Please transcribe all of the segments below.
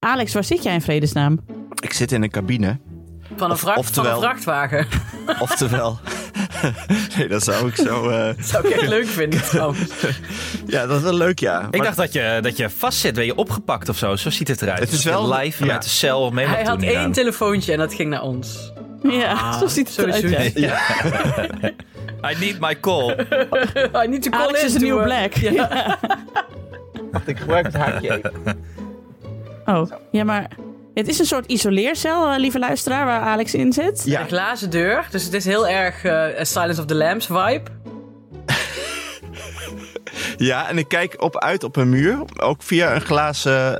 Alex, waar zit jij in vredesnaam? Ik zit in een cabine. Van een vrachtwagen. Oftewel. Nee, dat zou ik zo... Dat zou ik echt leuk vinden trouwens. Ja, dat is wel leuk, ja. Ik dacht dat je vast zit. Ben je opgepakt of zo? Zo ziet het eruit. Het is wel live vanuit de cel mee. Hij had 1 telefoontje en dat ging naar ons. Ja, zo ziet het eruit. Ja. I need my call. I need to call Alex is een nieuwe black. Ja. Wacht, ik gebruik het haakje even. Oh, ja, maar het is een soort isoleercel, lieve luisteraar, waar Alex in zit. Ja. Een glazen deur, dus het is heel erg Silence of the Lambs vibe. Ja, en ik kijk uit op een muur. Ook via een glazen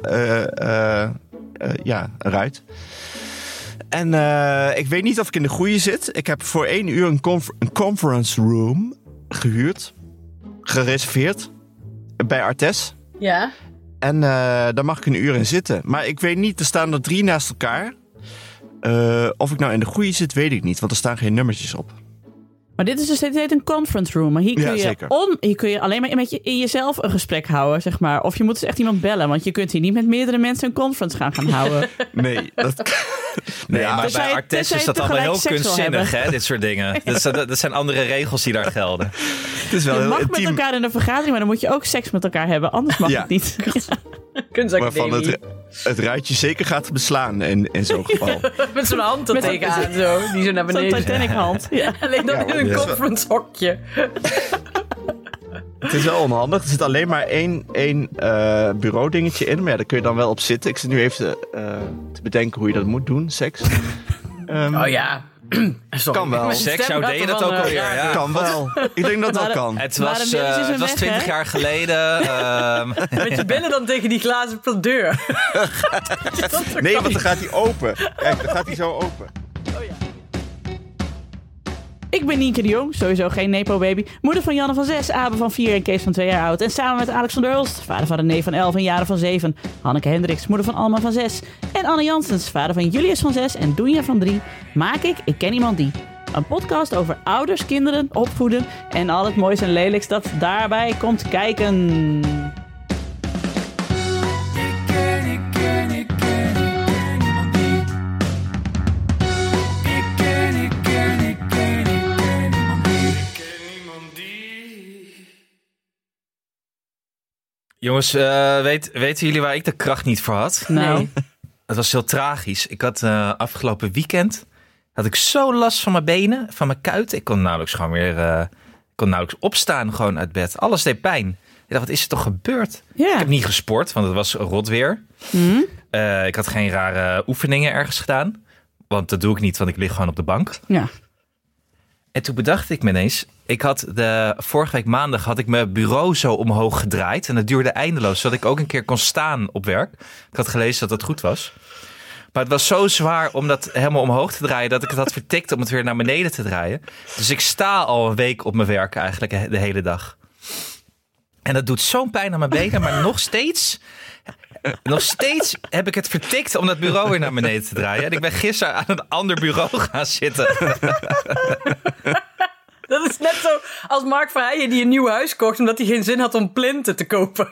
ruit. En ik weet niet of ik in de goede zit. Ik heb voor 1 uur een conference room gehuurd. Gereserveerd. Bij Artes. Ja. En daar mag ik 1 uur in zitten. Maar ik weet niet, er staan er 3 naast elkaar. Of ik nou in de goede zit, weet ik niet. Want er staan geen nummertjes op. Maar dit heet een conference room. Maar hier kun je alleen maar in jezelf een gesprek houden, zeg maar. Of je moet dus echt iemand bellen. Want je kunt hier niet met meerdere mensen een conference gaan houden. Nee, dat... Nee, ja, maar bij Artes is dat allemaal heel kunstzinnig, hè, dit soort dingen. Dat zijn andere regels die daar gelden. Het is wel je heel mag intiem. met elkaar in een vergadering, maar dan moet je ook seks met elkaar hebben. Anders mag het niet. Kunstacademie. Waarvan het ruitje zeker gaat beslaan in zo'n geval. Met zo'n hand er tegenaan, zo. Die zo naar beneden. Zo'n Titanic hand. Ja. Alleen dan in een conference hokje. Het is wel onhandig. Er zit alleen maar één bureau dingetje in. Maar ja, daar kun je dan wel op zitten. Ik zit nu even te bedenken hoe je dat moet doen, seks. Oh ja. Sorry. Kan wel. Seks, jou deed je dat ook alweer. Ja. Kan wel. Ik denk dat dat kan. Het was 20 jaar geleden. Met je billen dan tegen die glazen deur. Nee, want dan gaat hij open. Kijk, dan gaat hij zo open. Ik ben Nienke de Jong, sowieso geen Nepo-baby. Moeder van Janne van 6, Abe van 4 en Kees van 2 jaar oud. En samen met Alex van der Hulst, vader van René van 11 en Jaren van 7. Hanneke Hendricks, moeder van Alma van 6. En Anne Janssens, vader van Julius van 6 en Doenja van 3. Maak Ik ken iemand die. Een podcast over ouders, kinderen, opvoeden en al het moois en lelijks dat daarbij komt kijken. Jongens, weten jullie waar ik de kracht niet voor had? Nou, Het was heel tragisch. Ik had afgelopen weekend had ik zo last van mijn benen, van mijn kuit. Ik kon nauwelijks opstaan gewoon uit bed. Alles deed pijn. Ik dacht, wat is er toch gebeurd? ja. Ik heb niet gesport, want het was rot weer. Ik had geen rare oefeningen ergens gedaan. Want dat doe ik niet, want ik lig gewoon op de bank. Ja. En toen bedacht ik me ineens, vorige week maandag had ik mijn bureau zo omhoog gedraaid. En dat duurde eindeloos, zodat ik ook een keer kon staan op werk. Ik had gelezen dat dat goed was. Maar het was zo zwaar om dat helemaal omhoog te draaien, dat ik het had vertikt om het weer naar beneden te draaien. Dus ik sta al een week op mijn werk eigenlijk de hele dag. En dat doet zo'n pijn aan mijn benen, maar nog steeds heb ik het vertikt om dat bureau weer naar beneden te draaien. En ik ben gisteren aan een ander bureau gaan zitten. Dat is net zo als Mark Verheijen die een nieuw huis kocht omdat hij geen zin had om plinten te kopen.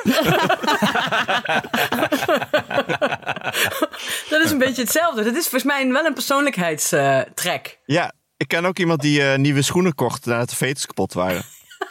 Dat is een beetje hetzelfde. Dat is volgens mij wel een persoonlijkheidstrek. Ja, ik ken ook iemand die nieuwe schoenen kocht nadat de veters kapot waren.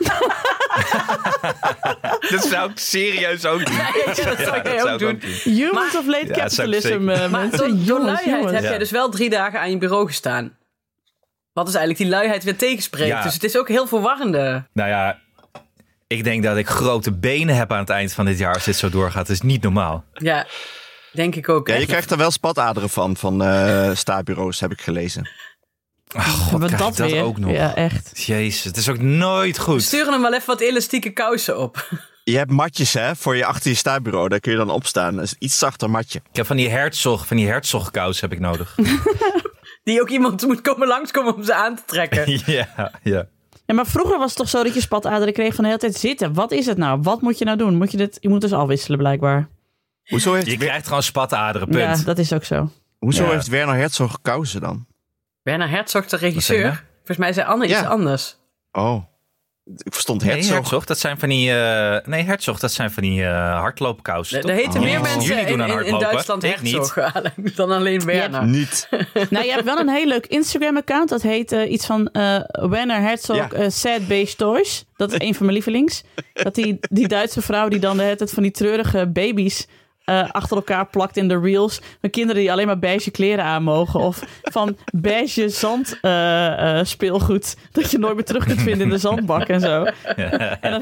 Dat zou ik serieus ook doen. Ja, dat zou ik ook doen. Humans of late capitalism. Maar door luiheid heb jij dus wel 3 dagen aan je bureau gestaan. Wat dus eigenlijk die luiheid weer tegenspreekt. Ja. Dus het is ook heel verwarrende. Nou ja, ik denk dat ik grote benen heb aan het eind van dit jaar als dit zo doorgaat. Dat is niet normaal. Ja, denk ik ook. Ja, je krijgt er wel spataderen van staatbureaus, heb ik gelezen. Oh, God, Wat krijg dat ik dat weer? ook nog? Ja, echt. Jezus, het is ook nooit goed. Stuur hem wel even wat elastieke kousen op. Je hebt matjes achter je staatbureau, daar kun je dan opstaan. Dat is een iets zachter matje. Ik heb van die Herzog heb ik nodig. Die ook iemand moet langskomen om ze aan te trekken. Ja. Ja, maar vroeger was het toch zo dat je spataderen kreeg van de hele tijd zitten. Wat is het nou? Wat moet je nou doen? Je moet dus afwisselen blijkbaar. Hoezo Je krijgt gewoon spataderen, punt. Ja, dat is ook zo. heeft Werner Herzog kousen dan? Werner Herzog, de regisseur. Wat zeg je? Volgens mij zei Anne iets anders. Oh. Ik verstond Herzog. Nee, Herzog, dat zijn van die... Herzog, dat zijn van die hardloopkousen. Er heten meer mensen in Duitsland ik Herzog dan alleen Werner. Niet. Nou, je hebt wel een heel leuk Instagram-account. Dat heet iets van Werner Herzog Sad Beige Toys. Dat is een van mijn lievelings. Dat die Duitse vrouw die dan de hele tijd van die treurige baby's achter elkaar plakt in de reels. Met kinderen die alleen maar beige kleren aan mogen. Of van beige zand speelgoed. Dat je nooit meer terug kunt vinden in de zandbak en zo. En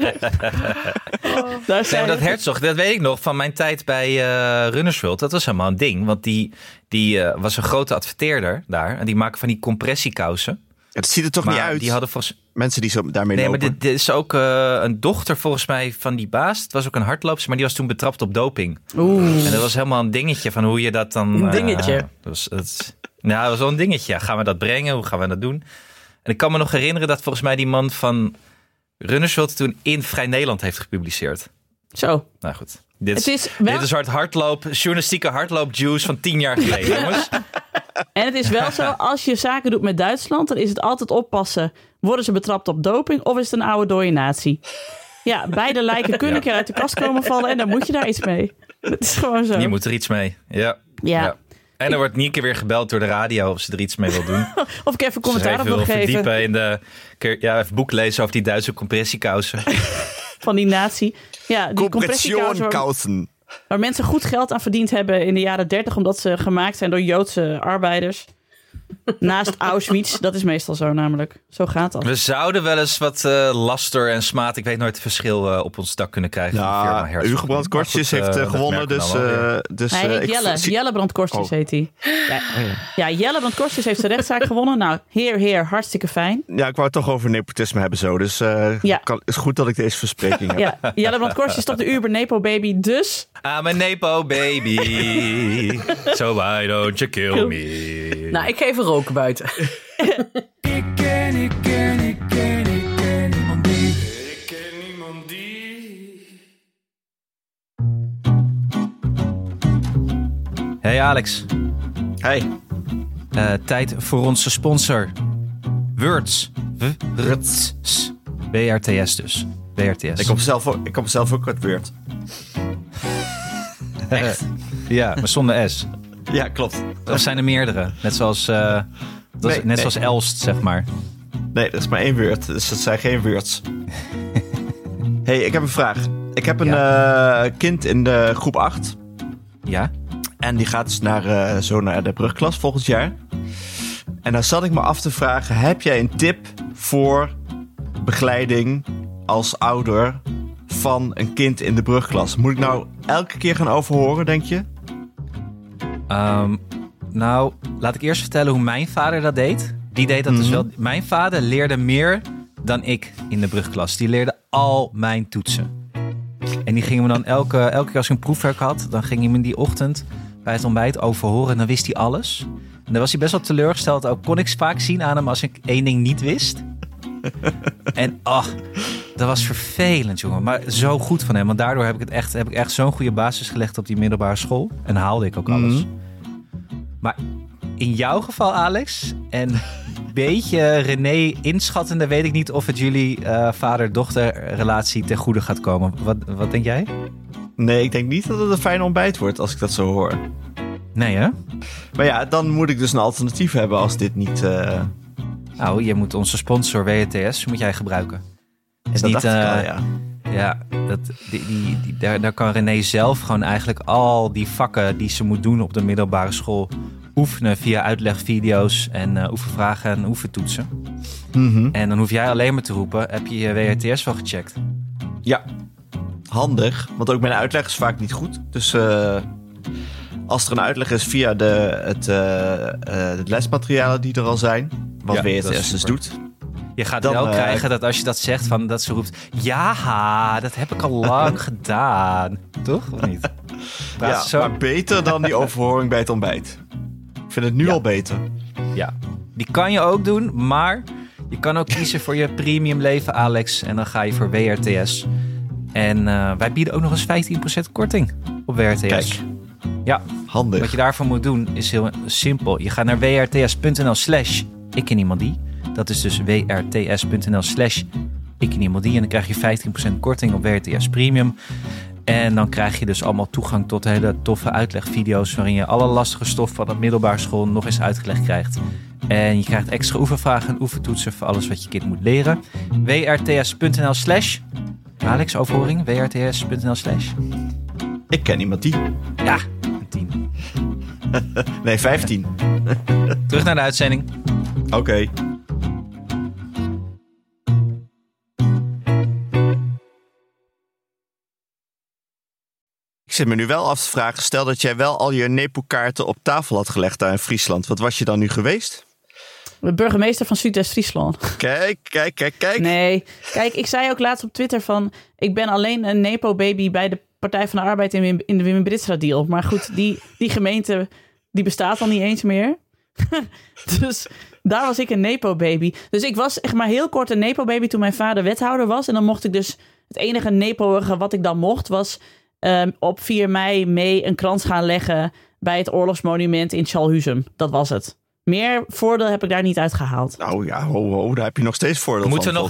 dat Herzog, dat weet ik nog van mijn tijd bij Runners World. Dat was helemaal een ding. Want die was een grote adverteerder daar. En die maken van die compressiekousen. Het ziet er toch niet uit. Die hadden volgens... Mensen die zo daarmee lopen. Nee, maar dit is ook een dochter volgens mij van die baas. Het was ook een hardloopster, maar die was toen betrapt op doping. Oeh. En dat was helemaal een dingetje van hoe je dat dan... Een dingetje? Dat was wel een dingetje. Ja, gaan we dat brengen? Hoe gaan we dat doen? En ik kan me nog herinneren dat volgens mij die man van Runners World toen in Vrij Nederland heeft gepubliceerd. Zo. Nou goed. Dit is journalistieke hardloop-juice van 10 jaar geleden, jongens. En het is wel zo, als je zaken doet met Duitsland, dan is het altijd oppassen. Worden ze betrapt op doping of is het een oude dode natie? Ja, beide lijken kunnen een keer uit de kast komen vallen en dan moet je daar iets mee. Het is gewoon zo. Je moet er iets mee, ja. En er wordt Nienke weer gebeld door de radio of ze er iets mee wil doen. Of ik even commentaar op wil geven. Verdiepen in even boek lezen over die Duitse compressiekousen. Van die natie. Ja, die compressiekousen. Waar mensen goed geld aan verdiend hebben in de jaren 30... omdat ze gemaakt zijn door Joodse arbeiders. Naast Auschwitz. Dat is meestal zo namelijk. Zo gaat dat. We zouden wel eens wat laster en smaad... ik weet nooit het verschil op ons dak kunnen krijgen. Ja, Hugo Brandt Kortjes heeft gewonnen. Dus hij heet Jelle Brandt Kortjes heet hij. Ja, Jelle Brandt Kortjes heeft zijn rechtszaak gewonnen. Nou, heer, hartstikke fijn. Ja, ik wou het toch over nepotisme hebben zo. Dus het is goed dat ik deze verspreking heb. Ja, Jelle Brandt Kortjes is toch de Uber Nepo baby, dus... I'm a Nepo baby. So why don't you kill me? Nou, ik ga even roken buiten. Ik ken niemand die. Hey Alex. Hey. Tijd voor onze sponsor. Words. WRTS dus. WRTS. Ik kom zelf ook uit Word. Echt? Ja, maar zonder S. Ja, klopt. Of zijn er meerdere? Net zoals, zoals Elst, zeg maar. Nee, dat is maar 1 Word. Dus dat zijn geen Words. Hey, ik heb een vraag. Ik heb een kind in de groep 8. Ja? En die gaat dus naar de brugklas volgend jaar. En dan zat ik me af te vragen... heb jij een tip voor begeleiding als ouder... van een kind in de brugklas? Moet ik nou elke keer gaan overhoren, denk je? Nou, laat ik eerst vertellen hoe mijn vader dat deed. Die deed dat dus wel. Mijn vader leerde meer dan ik in de brugklas. Die leerde al mijn toetsen. En die gingen me dan elke keer als ik een proefwerk had... dan ging hij me die ochtend bij het ontbijt overhoren... en dan wist hij alles. En dan was hij best wel teleurgesteld. Ook kon ik vaak zien aan hem als ik 1 ding niet wist. En dat was vervelend, jongen. Maar zo goed van hem. Want daardoor heb ik echt zo'n goede basis gelegd op die middelbare school. En haalde ik ook alles. Maar in jouw geval, Alex, en een beetje René inschattende... weet ik niet of het jullie vader-dochter-relatie ten goede gaat komen. Wat denk jij? Nee, ik denk niet dat het een fijn ontbijt wordt als ik dat zo hoor. Nee, hè? Maar ja, dan moet ik dus een alternatief hebben als dit niet... Nou, je moet onze sponsor WRTS moet jij gebruiken. Is dat niet, dacht ik al, ja. Ja, daar kan René zelf gewoon eigenlijk al die vakken die ze moet doen op de middelbare school oefenen via uitlegvideo's en oefenvragen en oefentoetsen. En dan hoef jij alleen maar te roepen, heb je je WRTS wel gecheckt? Ja, handig. Want ook mijn uitleg is vaak niet goed. Dus als er een uitleg is via de lesmaterialen die er al zijn, wat WRTS dus doet... Je gaat dan wel krijgen dat als je dat zegt, dat ze roept... Ja, dat heb ik al lang gedaan. Toch? Of niet? Ja, zo? Maar beter dan die overhoring bij het ontbijt. Ik vind het nu al beter. Ja, die kan je ook doen, maar je kan ook kiezen voor je premium leven, Alex. En dan ga je voor WRTS. En wij bieden ook nog eens 15% korting op WRTS. Kijk. Ja, handig. Wat je daarvoor moet doen is heel simpel. Je gaat naar wrts.nl/ikkenniemandie. Dat is dus wrts.nl/ikkenniemandie. Ik en iemand die. En dan krijg je 15% korting op WRTS Premium. En dan krijg je dus allemaal toegang tot hele toffe uitlegvideo's waarin je alle lastige stof van de middelbare school nog eens uitgelegd krijgt. En je krijgt extra oefenvragen en oefentoetsen voor alles wat je kind moet leren. WRTS.nl/. Alex, overhoring. WRTS.nl/. Ik ken iemand die. Ja, een 10. Nee, 15. Terug naar de uitzending. Oké. Ik zit me nu wel af te vragen, stel dat jij wel al je Nepo-kaarten op tafel had gelegd daar in Friesland. Wat was je dan nu geweest? De burgemeester van Zuidwest-Friesland. Kijk. Nee, kijk, ik zei ook laatst op Twitter van... ik ben alleen een Nepo-baby bij de Partij van de Arbeid in de Wim Britstra-deal. Maar goed, die gemeente die bestaat al niet eens meer. Dus daar was ik een Nepo-baby. Dus ik was echt maar heel kort een Nepo-baby toen mijn vader wethouder was. En dan mocht ik dus... het enige Nepo'ige wat ik dan mocht was... op 4 mei mee een krans gaan leggen bij het oorlogsmonument in Tjalhuzum. Dat was het. Meer voordeel heb ik daar niet uitgehaald. Nou ja, ho, daar heb je nog steeds voordeel Moeten van. we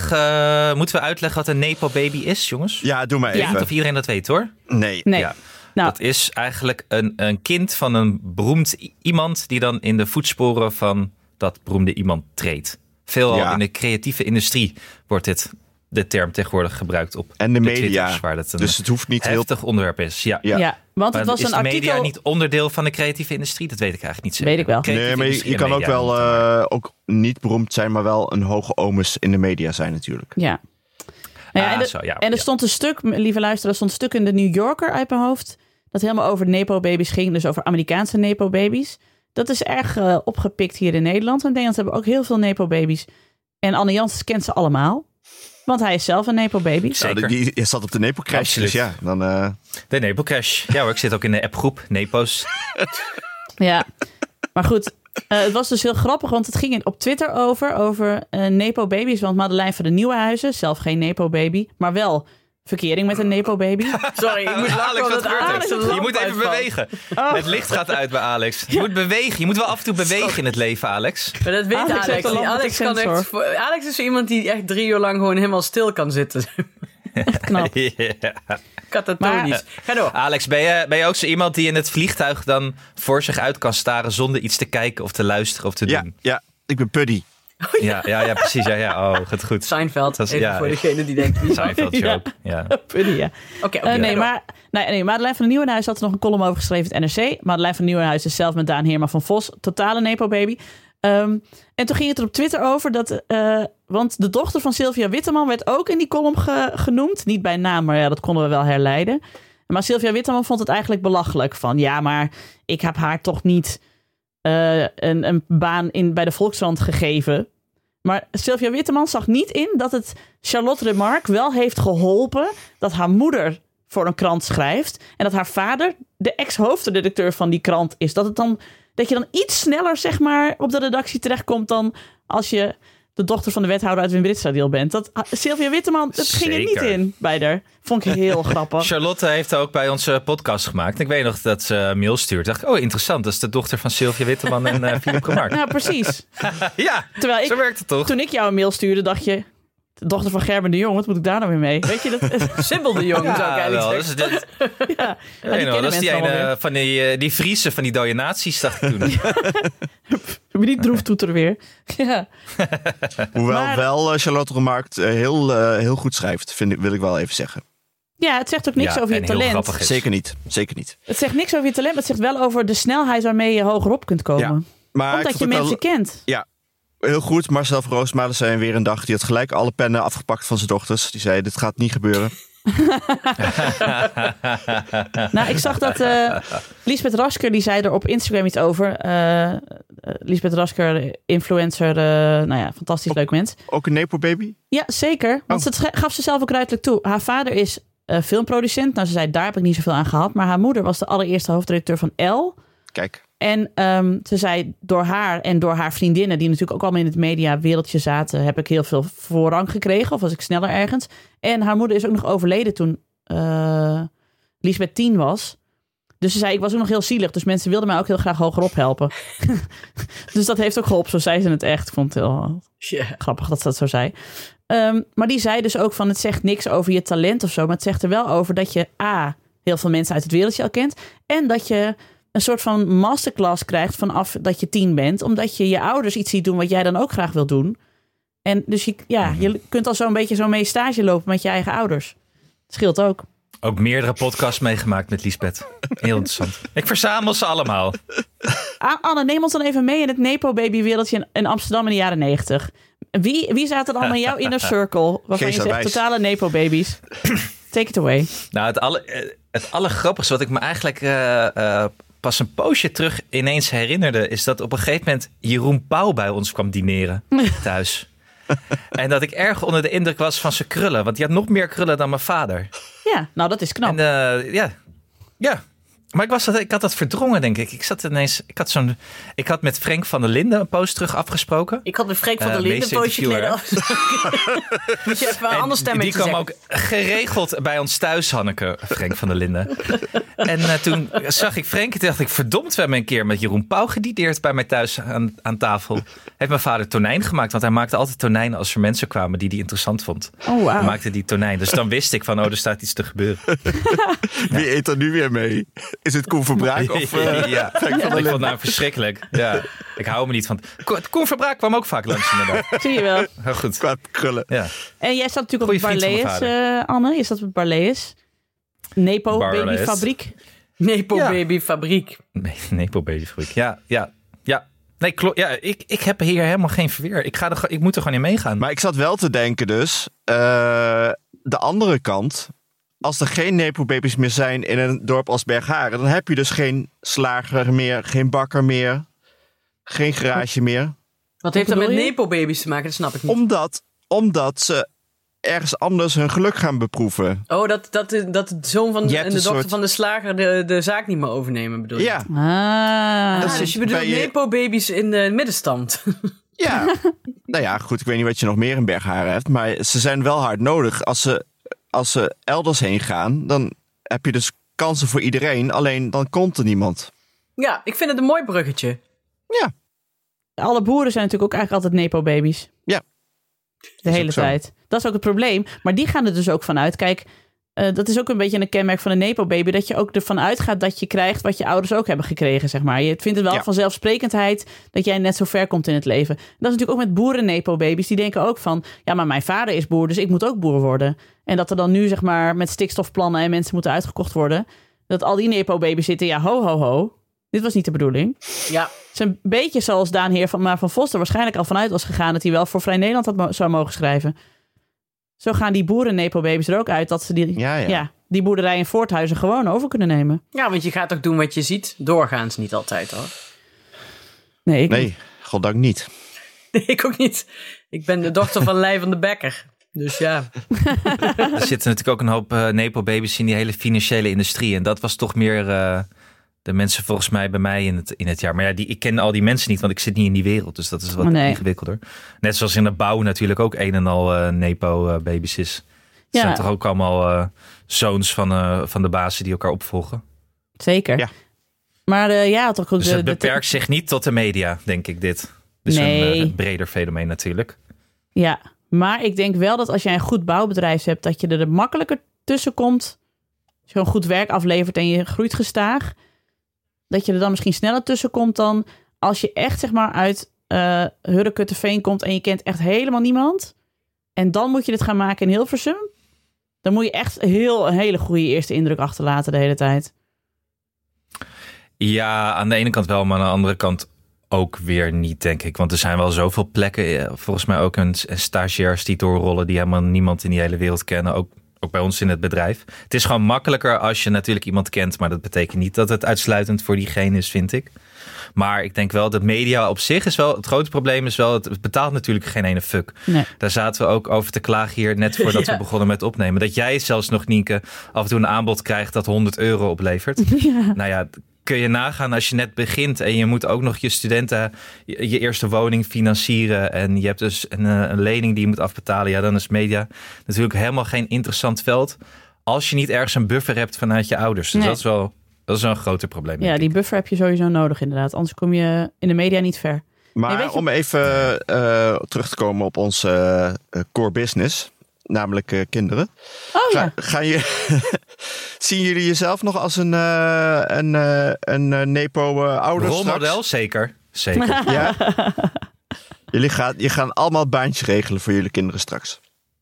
uitleggen wat een Nepo-baby is, jongens? Ja, doe maar even. Niet of iedereen dat weet, hoor. Nee. Ja. Nou, Dat is eigenlijk een kind van een beroemd iemand die dan in de voetsporen van dat beroemde iemand treedt. Veelal in de creatieve industrie wordt de term tegenwoordig gebruikt op en de media. Twitters, waar dat een dus het hoeft niet heftig onderwerp is. Ja. Want het Maar was is een de artikel... media niet onderdeel van de creatieve industrie? Dat weet ik eigenlijk niet zeker. Weet ik wel. Nee, maar je kan ook wel ook niet beroemd zijn, maar wel een hoge omus in de media zijn natuurlijk. Ja. En er stond een stuk, lieve luisteraar, er stond een stuk in de New Yorker uit mijn hoofd, dat helemaal over Nepo-babies ging, dus over Amerikaanse Nepo-babies. Dat is erg opgepikt hier in Nederland. In Nederland hebben we ook heel veel Nepo-babies. En Anne Janssens kent ze allemaal. Want hij is zelf een Nepo-baby. Zeker. Die zat op de Nepo-crash, dus ja. Dan, De Nepo-crash. Ja hoor, ik zit ook in de appgroep, Nepo's. Ja, maar goed. Het was dus heel grappig, want het ging op Twitter over Nepo-babies. Want Madeleine van de Nieuwenhuizen, zelf geen Nepo-baby, maar wel verkering met een Nepo-baby. Sorry, ik moet Alex, wat gebeurt er? Je moet even uitvalt. bewegen. Het licht gaat uit bij Alex. Je moet bewegen. Je moet wel af en toe bewegen in het leven, Alex. Maar dat weet Alex Alex. heeft een Alex, kan sensor. echt, Alex is zo iemand die echt 3 uur lang gewoon helemaal stil kan zitten. Knap. Ja. Catatonisch. Ga door. Alex, ben je ook zo iemand die in het vliegtuig dan voor zich uit kan staren zonder iets te kijken of te luisteren of te doen? Ja, ik ben Puddy. Ja, precies. Ja. Oh, goed. Seinfeld, Dat is- even ja, voor degene die denkt... wie- Seinfeld joke. Ja. Puddy, ja. Oké, Nee, maar Madeleine van Nieuwenhuis had er nog een column over geschreven in het NRC. Madeleine van Nieuwenhuis is zelf met Daan Heerma van Vos. Totale Nepo-baby. En toen ging het er op Twitter over dat... want de dochter van Sylvia Witteman werd ook in die column genoemd. Niet bij naam, maar ja, dat konden we wel herleiden. Maar Sylvia Witteman vond het eigenlijk belachelijk. Van ja, maar ik heb haar toch niet een baan bij de Volkskrant gegeven. Maar Sylvia Witteman zag niet in dat het Charlotte Remarque wel heeft geholpen dat haar moeder voor een krant schrijft en dat haar vader de ex-hoofdredacteur van die krant is. Dat je dan iets sneller, zeg maar, op de redactie terechtkomt dan als je de dochter van de wethouder uit Wim Britstra-deal bent. Dat Sylvia Witteman, dat ging er niet Zeker. in bij haar. Vond ik heel grappig. Charlotte heeft ook bij onze podcast gemaakt. Ik weet nog dat ze een mail stuurt. Dacht ik, oh interessant, dat is de dochter van Sylvia Witteman en Philip Remarque. Nou, precies. Ja, Terwijl zo werkt het toch? toen ik jou een mail stuurde, dacht je, de dochter van Gerben de Jong, wat moet ik daar nou weer mee? Weet je dat? Sibyl de Jong, zou ik eigenlijk wel. zeggen. Dus dit, Ja, dat is die allemaal ene weer. van die Friese van die dode nazi's, dacht ik toen. Heb je niet droeftoeter weer? Ja. Hoewel Maar- wel Charlotte Remarque heel goed schrijft, wil ik wel even zeggen. Ja, het zegt ook niks over je en heel talent. grappig is. Zeker niet. Het zegt niks over je talent, maar het zegt wel over de snelheid waarmee je hogerop kunt komen. Ja. Maar Omdat ik je vond het mensen kent. heel goed. Marcel van Roosmalen zei weer een dag. Die had gelijk alle pennen afgepakt van zijn dochters. Die zei, dit gaat niet gebeuren. Nou, ik zag dat Liesbeth Rasker, die zei er op Instagram iets over. Liesbeth Rasker, influencer, fantastisch leuk mens. Ook een Nepo-baby? Ja, zeker. Want dat gaf ze zelf ook ruidelijk toe. Haar vader is filmproducent. Nou, ze zei, daar heb ik niet zoveel aan gehad. Maar haar moeder was de allereerste hoofdredacteur van Elle. Kijk. En ze zei, door haar en door haar vriendinnen, die natuurlijk ook allemaal in het mediawereldje zaten, heb ik heel veel voorrang gekregen. Of was ik sneller ergens. En haar moeder is ook nog overleden toen Liesbeth 10 was. Dus ze zei, ik was ook nog heel zielig. Dus mensen wilden mij ook heel graag hogerop helpen. Dus dat heeft ook geholpen. Zo zei ze het echt. Ik vond het heel grappig dat ze dat zo zei. Maar die zei dus ook van het zegt niks over je talent of zo. Maar het zegt er wel over dat je heel veel mensen uit het wereldje al kent. En dat je een soort van masterclass krijgt vanaf dat je 10 bent. Omdat je ouders iets ziet doen wat jij dan ook graag wil doen. En dus je kunt al zo'n beetje zo mee stage lopen met je eigen ouders. Dat scheelt ook. Ook meerdere podcasts meegemaakt met Liesbeth. Heel interessant. Ik verzamel ze allemaal. Anne, neem ons dan even mee in het Nepo-baby-wereldje in Amsterdam in de jaren 90. Wie zaten dan in jouw inner circle? Waarvan je zegt totale Nepo-babies. Take it away. Nou, het allergrappigste wat ik me eigenlijk pas een poosje terug ineens herinnerde... is dat op een gegeven moment Jeroen Pauw bij ons kwam dineren thuis. En dat ik erg onder de indruk was van zijn krullen. Want die had nog meer krullen dan mijn vader. Ja, nou dat is knap. En, ja. Maar ik had dat verdrongen, denk ik. Ik had met Frank van der Linden een post terug afgesproken. Ik had met Frank van der Linden een postje geleden afgesproken. Moet je even een ander stemmetje Die kwam ook geregeld bij ons thuis, Hanneke, Frank van der Linden. En toen zag ik Frank en dacht ik, verdomd, we hebben een keer met Jeroen Pauw gedineerd bij mij thuis aan tafel. Heeft mijn vader tonijn gemaakt, want hij maakte altijd tonijn als er mensen kwamen die interessant vond. Oh, wow. Dan maakte die tonijn. Dus dan wist ik van, er staat iets te gebeuren. Wie eet er nu weer mee? Is het Koen Verbraak of ja. Frank van der Ik vond Linden? het verschrikkelijk. Ja. Ik hou me niet van... Koen Verbraak kwam ook vaak langs inderdaad. Zie je wel. Heel goed. Qua krullen. Ja. En jij staat natuurlijk op Goeie vriend van Barlees, mijn Anne. Je staat op Barlees. Nepo Barlees. Baby Fabriek. Nepo Baby Fabriek. Nee, Nepo Baby Fabriek. Ja. Nee, klopt. Ja, ik heb hier helemaal geen verweer. Ik moet er gewoon in meegaan. Maar ik zat wel te denken dus, de andere kant, als er geen Nepo-baby's meer zijn in een dorp als Bergharen, dan heb je dus geen slager meer, geen bakker meer, geen garage meer. Wat heeft dat met bedoel je? Nepo Baby's te maken? Dat snap ik niet. Omdat ze ergens anders hun geluk gaan beproeven. Oh, dat de zoon van Je hebt en de een dochter soort- van de slager de zaak niet meer overnemen, bedoel je? Ja, Dus je bedoelt bij je- Nepo Baby's in de middenstand. ja. Nou ja, goed, ik weet niet wat je nog meer in Bergharen hebt, maar ze zijn wel hard nodig. Als ze elders heen gaan, dan heb je dus kansen voor iedereen, alleen dan komt er niemand. Ja, ik vind het een mooi bruggetje. Ja, Alle boeren zijn natuurlijk ook eigenlijk altijd Nepo-baby's. ja. De Is hele ook zo. tijd. Dat is ook het probleem. Maar die gaan er dus ook vanuit. Kijk, dat is ook een beetje een kenmerk van een Nepo-baby. Dat je ook ervan uitgaat dat je krijgt wat je ouders ook hebben gekregen, zeg maar. Je vindt het wel Ja. vanzelfsprekendheid dat jij net zo ver komt in het leven. Dat is natuurlijk ook met boeren-Nepo-baby's. Die denken ook van, ja, maar mijn vader is boer, dus ik moet ook boer worden. En dat er dan nu, zeg maar, met stikstofplannen en mensen moeten uitgekocht worden. Dat al die Nepo-baby's zitten, ja, ho, ho, ho. Dit was niet de bedoeling. Ja, Het is een beetje zoals Daan Heer van Vos er waarschijnlijk al vanuit was gegaan dat hij wel voor Vrij Nederland zou mogen schrijven. Zo gaan die boeren-Nepo-baby's er ook uit dat ze die boerderij in Voorthuizen gewoon over kunnen nemen. ja, want je gaat toch doen wat je ziet? Doorgaans niet altijd, hoor. Nee, Nee, goddank niet. Nee, ik ook niet. Ik ben de dochter van Lei van de Bekker. Dus ja. Er zitten natuurlijk ook een hoop Nepo-baby's in die hele financiële industrie. En dat was toch meer de mensen volgens mij bij mij in het jaar. Maar ja, ik ken al die mensen niet, want ik zit niet in die wereld. Dus dat is wat ingewikkelder. Net zoals in de bouw natuurlijk ook een en al Nepo-baby's is. Het zijn toch ook allemaal zoons van de bazen die elkaar opvolgen. Zeker. Ja. Maar toch ook Dus het beperkt zich niet tot de media, denk ik dit. Dus een breder fenomeen natuurlijk. Ja, maar ik denk wel dat als jij een goed bouwbedrijf hebt, dat je er makkelijker tussen komt. Als je gewoon goed werk aflevert en je groeit gestaag, dat je er dan misschien sneller tussen komt dan als je echt, zeg maar, uit Hurrekutteveen komt en je kent echt helemaal niemand. En dan moet je dit gaan maken in Hilversum. Dan moet je echt een hele goede eerste indruk achterlaten de hele tijd. Ja, aan de ene kant wel, maar aan de andere kant ook weer niet, denk ik. Want er zijn wel zoveel plekken, volgens mij ook een stagiairs die doorrollen die helemaal niemand in die hele wereld kennen. Ook bij ons in het bedrijf. Het is gewoon makkelijker als je natuurlijk iemand kent, maar dat betekent niet dat het uitsluitend voor diegene is, vind ik. Maar ik denk wel dat media op zich is wel, het grote probleem is wel, het betaalt natuurlijk geen ene fuck. Nee. Daar zaten we ook over te klagen hier net voordat we begonnen met opnemen. Dat jij zelfs nog, Nienke, af en toe een aanbod krijgt dat €100 oplevert. Ja. Nou ja, kun je nagaan als je net begint en je moet ook nog je studenten je eerste woning financieren en je hebt dus een lening die je moet afbetalen. Ja, dan is media natuurlijk helemaal geen interessant veld als je niet ergens een buffer hebt vanuit je ouders. Dus Nee. dat is wel een groter probleem. Ja, denk die ik. buffer heb je sowieso nodig inderdaad. Anders kom je in de media niet ver. Maar Nee, weet je- om even terug te komen op onze core business, namelijk kinderen. Oh ja. Zien jullie jezelf nog als een nepo-ouder Rolmodel, zeker. Zeker. Ja? Je gaan allemaal baantjes regelen voor jullie kinderen straks.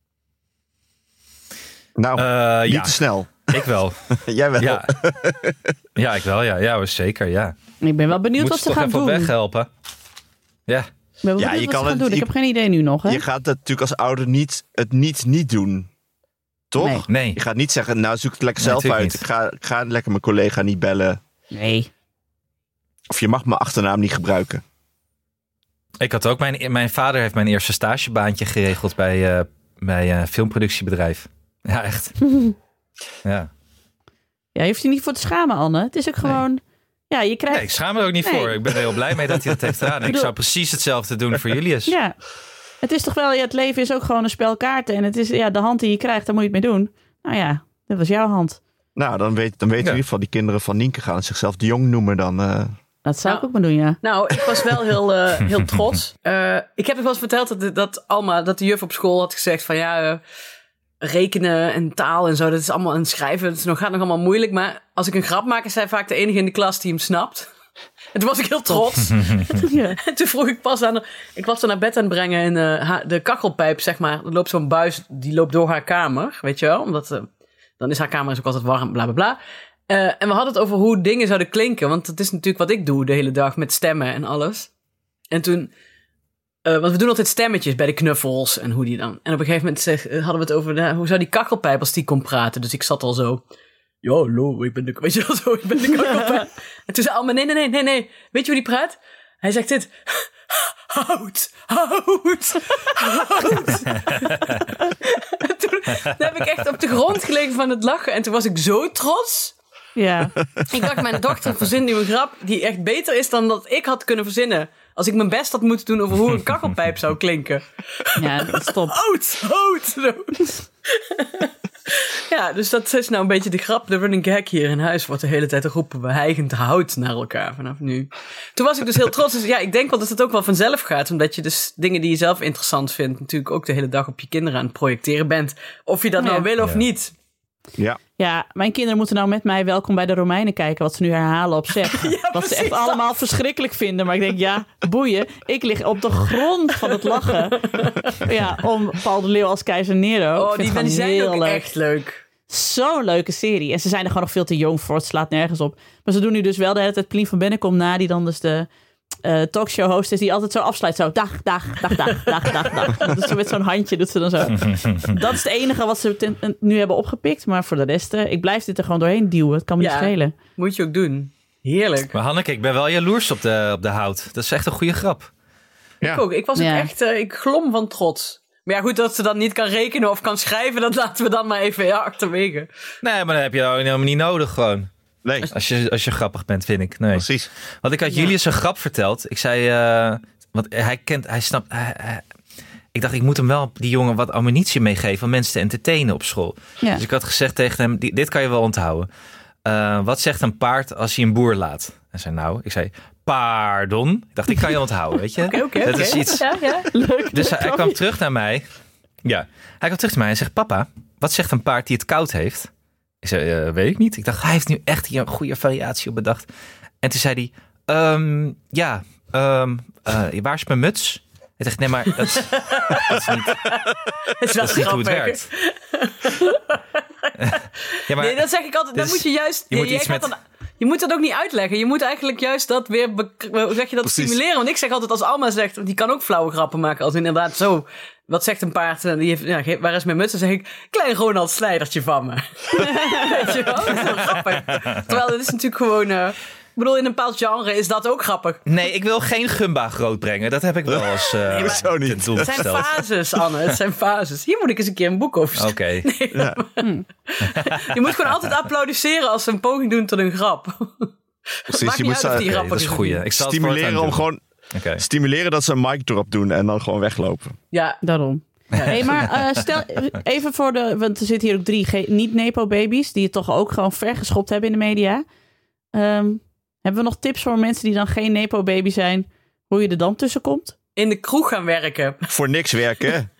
Nou, niet ja, te snel. ik wel. Jij wel. Ja. Ja, ik wel. Ja, zeker. Ja. Ik ben wel benieuwd Moet wat ze ze toch gaan even doen. op weg helpen. Ja. Ik ben wel Ja, benieuwd je wat kan ze gaan het- doen. je- Ik heb geen idee nu nog. Hè? Je gaat het natuurlijk als ouder niet doen. Toch? Nee. Nee. Je gaat niet zeggen, nou zoek het lekker Nee, zelf uit. natuurlijk Ik ga lekker mijn collega niet bellen. Nee. Of je mag mijn achternaam niet gebruiken. Ik had ook mijn vader heeft mijn eerste stagebaantje geregeld bij een filmproductiebedrijf. Ja, echt. Ja. Ja, je hoeft je niet voor te schamen, Anne. Het is ook gewoon... Ja, je krijgt... Nee, ik schaam me er ook niet Nee. voor. Ik ben er heel blij mee dat hij dat heeft gedaan. Ik bedoel- zou precies hetzelfde doen voor Julius. Ja. Het is toch wel... Ja, het leven is ook gewoon een spel kaarten. En het is de hand die je krijgt, daar moet je het mee doen. Nou ja, dat was jouw hand. Nou, dan weten in ieder geval die kinderen van Nienke gaan zichzelf de Jong noemen dan. Dat zou ik Nou, ook maar doen, ja. Nou, ik was wel heel trots. Ik heb het wel eens verteld dat de juf op school had gezegd van ja, rekenen en taal en zo, dat is allemaal en schrijven, het gaat nog allemaal moeilijk. Maar als ik een grap maak, is zij vaak de enige in de klas die hem snapt. En toen was ik heel trots. Ja. En toen vroeg ik pas aan ik was er naar bed aan het brengen en de kachelpijp, zeg maar, er loopt zo'n buis, die loopt door haar kamer, weet je wel. Omdat dan is haar kamer ook altijd warm, bla bla bla. En we hadden het over hoe dingen zouden klinken. Want dat is natuurlijk wat ik doe de hele dag met stemmen en alles. En toen... want we doen altijd stemmetjes bij de knuffels en hoe die dan... En op een gegeven moment hadden we het over... hoe zou die kachelpijp als die kon praten? Dus ik zat al zo... Ja, hallo, ik ben de... Weet je wel zo, ik ben de kachelpijp. En toen zei Alma, nee. Weet je hoe die praat? Hij zegt dit... Hout. En toen heb ik echt op de grond gelegen van het lachen. En toen was ik zo trots. Ja. Ik dacht, mijn dochter verzint nu een grap die echt beter is dan dat ik had kunnen verzinnen. Als ik mijn best had moeten doen over hoe een kachelpijp zou klinken. Ja, dat is top. Hout. Ja, dus dat is nou een beetje de grap. De running gag hier in huis wordt de hele tijd roepen we hijgend hout naar elkaar vanaf nu. Toen was ik dus heel trots. Dus ja, ik denk wel dat het ook wel vanzelf gaat. Omdat je dus dingen die je zelf interessant vindt natuurlijk ook de hele dag op je kinderen aan het projecteren bent. Of je dat nou wil of niet. Ja. Ja, mijn kinderen moeten nou met mij Welkom bij de Romeinen kijken. Wat ze nu herhalen op zeg. Wat ze echt allemaal verschrikkelijk vinden. Maar ik denk, ja, boeien. Ik lig op de grond van het lachen. Ja, om Paul de Leeuw als keizer Nero. Oh, Ik vind die het zijn heel ook leuk. echt leuk. Zo'n leuke serie. En ze zijn er gewoon nog veel te jong voor. Het slaat nergens op. Maar ze doen nu dus wel de hele tijd Plien van Bennekom na. Die dan dus de talkshow host is. Die altijd zo afsluit. Zo dag. Dus zo met zo'n handje doet ze dan zo. Dat is het enige wat ze nu hebben opgepikt. Maar voor de rest, ik blijf dit er gewoon doorheen duwen. Het kan me niet schelen. Moet je ook doen. Heerlijk. Maar Hanneke, ik ben wel jaloers op de hout. Dat is echt een goede grap. Ja. Ik ook. Ik was ook echt... ik glom van trots. Maar ja, goed, dat ze dan niet kan rekenen of kan schrijven... dat laten we dan maar even achterwege. Nee, maar dat heb je nou helemaal niet nodig gewoon. Nee, Als je grappig bent, vind ik. Nee. precies. Want ik had Julius een grap verteld. Ik zei, want hij snapt... ik dacht, ik moet hem wel, die jongen, wat ammunitie meegeven om mensen te entertainen op school. Ja. Dus ik had gezegd tegen hem, dit kan je wel onthouden. Wat zegt een paard als hij een boer laat? Hij zei, ik zei, pardon. Ik dacht, ik kan je onthouden, weet je? Oké. Dat is iets. Ja. Leuk. Dus hij kwam terug naar mij. Ja, hij kwam terug naar mij en zegt, papa, wat zegt een paard die het koud heeft? Ik zei, weet ik niet. Ik dacht, hij heeft nu echt hier een goede variatie op bedacht. En toen zei hij, waar is mijn muts? Ik dacht, nee, maar dat is niet, Het is wel dat is niet hoe het grappig. werkt. Ja, maar, Nee, dat zeg ik altijd. Dan dus moet je juist... je moet jij iets gaat met- dan- je moet dat ook niet uitleggen. Je moet eigenlijk juist dat weer... hoe zeg je dat? Precies. Stimuleren. Want ik zeg altijd, als Alma zegt... want die kan ook flauwe grappen maken. Als inderdaad zo... Wat zegt een paard? Die heeft, waar is mijn muts? Dan zeg ik... Klein Ronald Slijdertje van me. Weet je wel? Dat is wel grappig. Terwijl dat is natuurlijk gewoon... ik bedoel, in een bepaald genre is dat ook grappig. nee, ik wil geen Gumba grootbrengen. Dat heb ik wel als Zo niet. ten doel Het zijn gesteld. fases, Anne. Het zijn fases. Hier moet ik eens een keer een boek over schrijven. Oké. Je moet gewoon altijd applaudisseren als ze een poging doen tot een grap. Precies, Maakt je niet moet uit of die ze grappig dat is een goeie. Ik zal het stimuleren voortaan om doen. gewoon... Oké. Stimuleren dat ze een mic drop doen en dan gewoon weglopen. Ja, Daarom. Hey, maar stel even voor want er zitten hier ook 3 niet-nepo-baby's... die het toch ook gewoon vergeschopt hebben in de media. Hebben we nog tips voor mensen die dan geen nepo-baby zijn... Hoe je er dan tussen komt? In de kroeg gaan werken. Voor niks werken.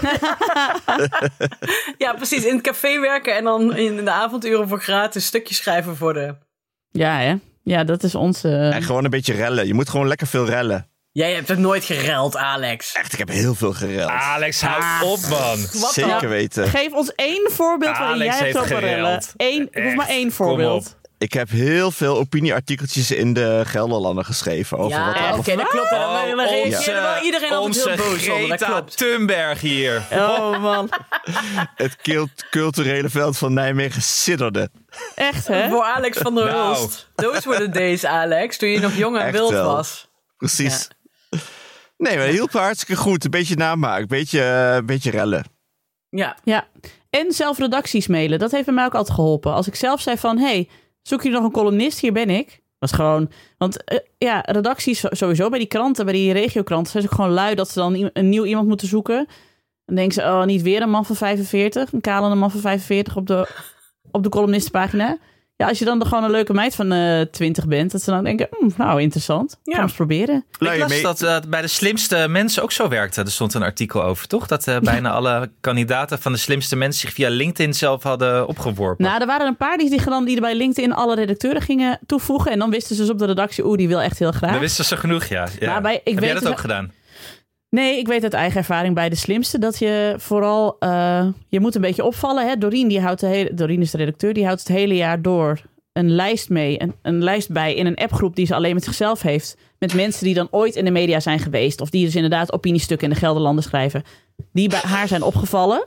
Ja, precies. In het café werken en dan in de avonduren voor gratis stukjes schrijven voor de... Ja, hè? Ja, dat is onze... En gewoon een beetje rellen. Je moet gewoon lekker veel rellen. Jij hebt toch nooit gereld, Alex? Echt, ik heb heel veel gereld. Alex, hou op, man. Wat Zeker dan? weten. Geef ons 1 voorbeeld waarin Alex jij hebt heeft lopen rellen. gereld. Ik hoef maar 1 Kom voorbeeld. Ik heb heel veel opinieartikeltjes in de Gelderlander geschreven. Over wat er Ja, allemaal... oké, dat klopt. En dan reageerde wel iedereen altijd onze heel boos onder. Dat Greta klopt. Thunberg hier. Oh man, Het culturele veld van Nijmegen sidderde. echt hè? Voor Alex van der Nou. Hulst. Those were the days, Alex. Toen je nog jong en Echt wild wel. was. Precies. Nee, maar het hielp hartstikke goed. Een beetje namaak, een beetje rellen. Ja. Ja, en zelf redacties mailen. Dat heeft bij mij ook altijd geholpen. Als ik zelf zei van, hey, zoek je nog een columnist? Hier ben ik. Was gewoon, want redacties sowieso bij die kranten, bij die regiokranten, zijn ze ook gewoon lui dat ze dan een nieuw iemand moeten zoeken. Dan denken ze, oh, niet weer een man van 45, een kalende man van 45 op de columnistenpagina. Ja, als je dan gewoon een leuke meid van 20 bent, dat ze dan denken, nou, interessant. Ja. Gaan we eens proberen. Lui Ik je las mee- dat bij de slimste mensen ook zo werkte. Er stond een artikel over, toch? Dat bijna alle kandidaten van de slimste mensen zich via LinkedIn zelf hadden opgeworpen. Nou, er waren een paar die er bij LinkedIn alle redacteuren gingen toevoegen. En dan wisten ze dus op de redactie, die wil echt heel graag. Dat wisten ze genoeg, ja. Nou, ik Heb weet jij dat het- ook gedaan? Nee, ik weet uit eigen ervaring bij de slimste dat je vooral, je moet een beetje opvallen. Hè? Doreen is de redacteur, die houdt het hele jaar door een lijst mee. Een lijst bij in een appgroep die ze alleen met zichzelf heeft. Met mensen die dan ooit in de media zijn geweest. Of die dus inderdaad opiniestukken in de Gelderlanden schrijven. Die bij haar zijn opgevallen.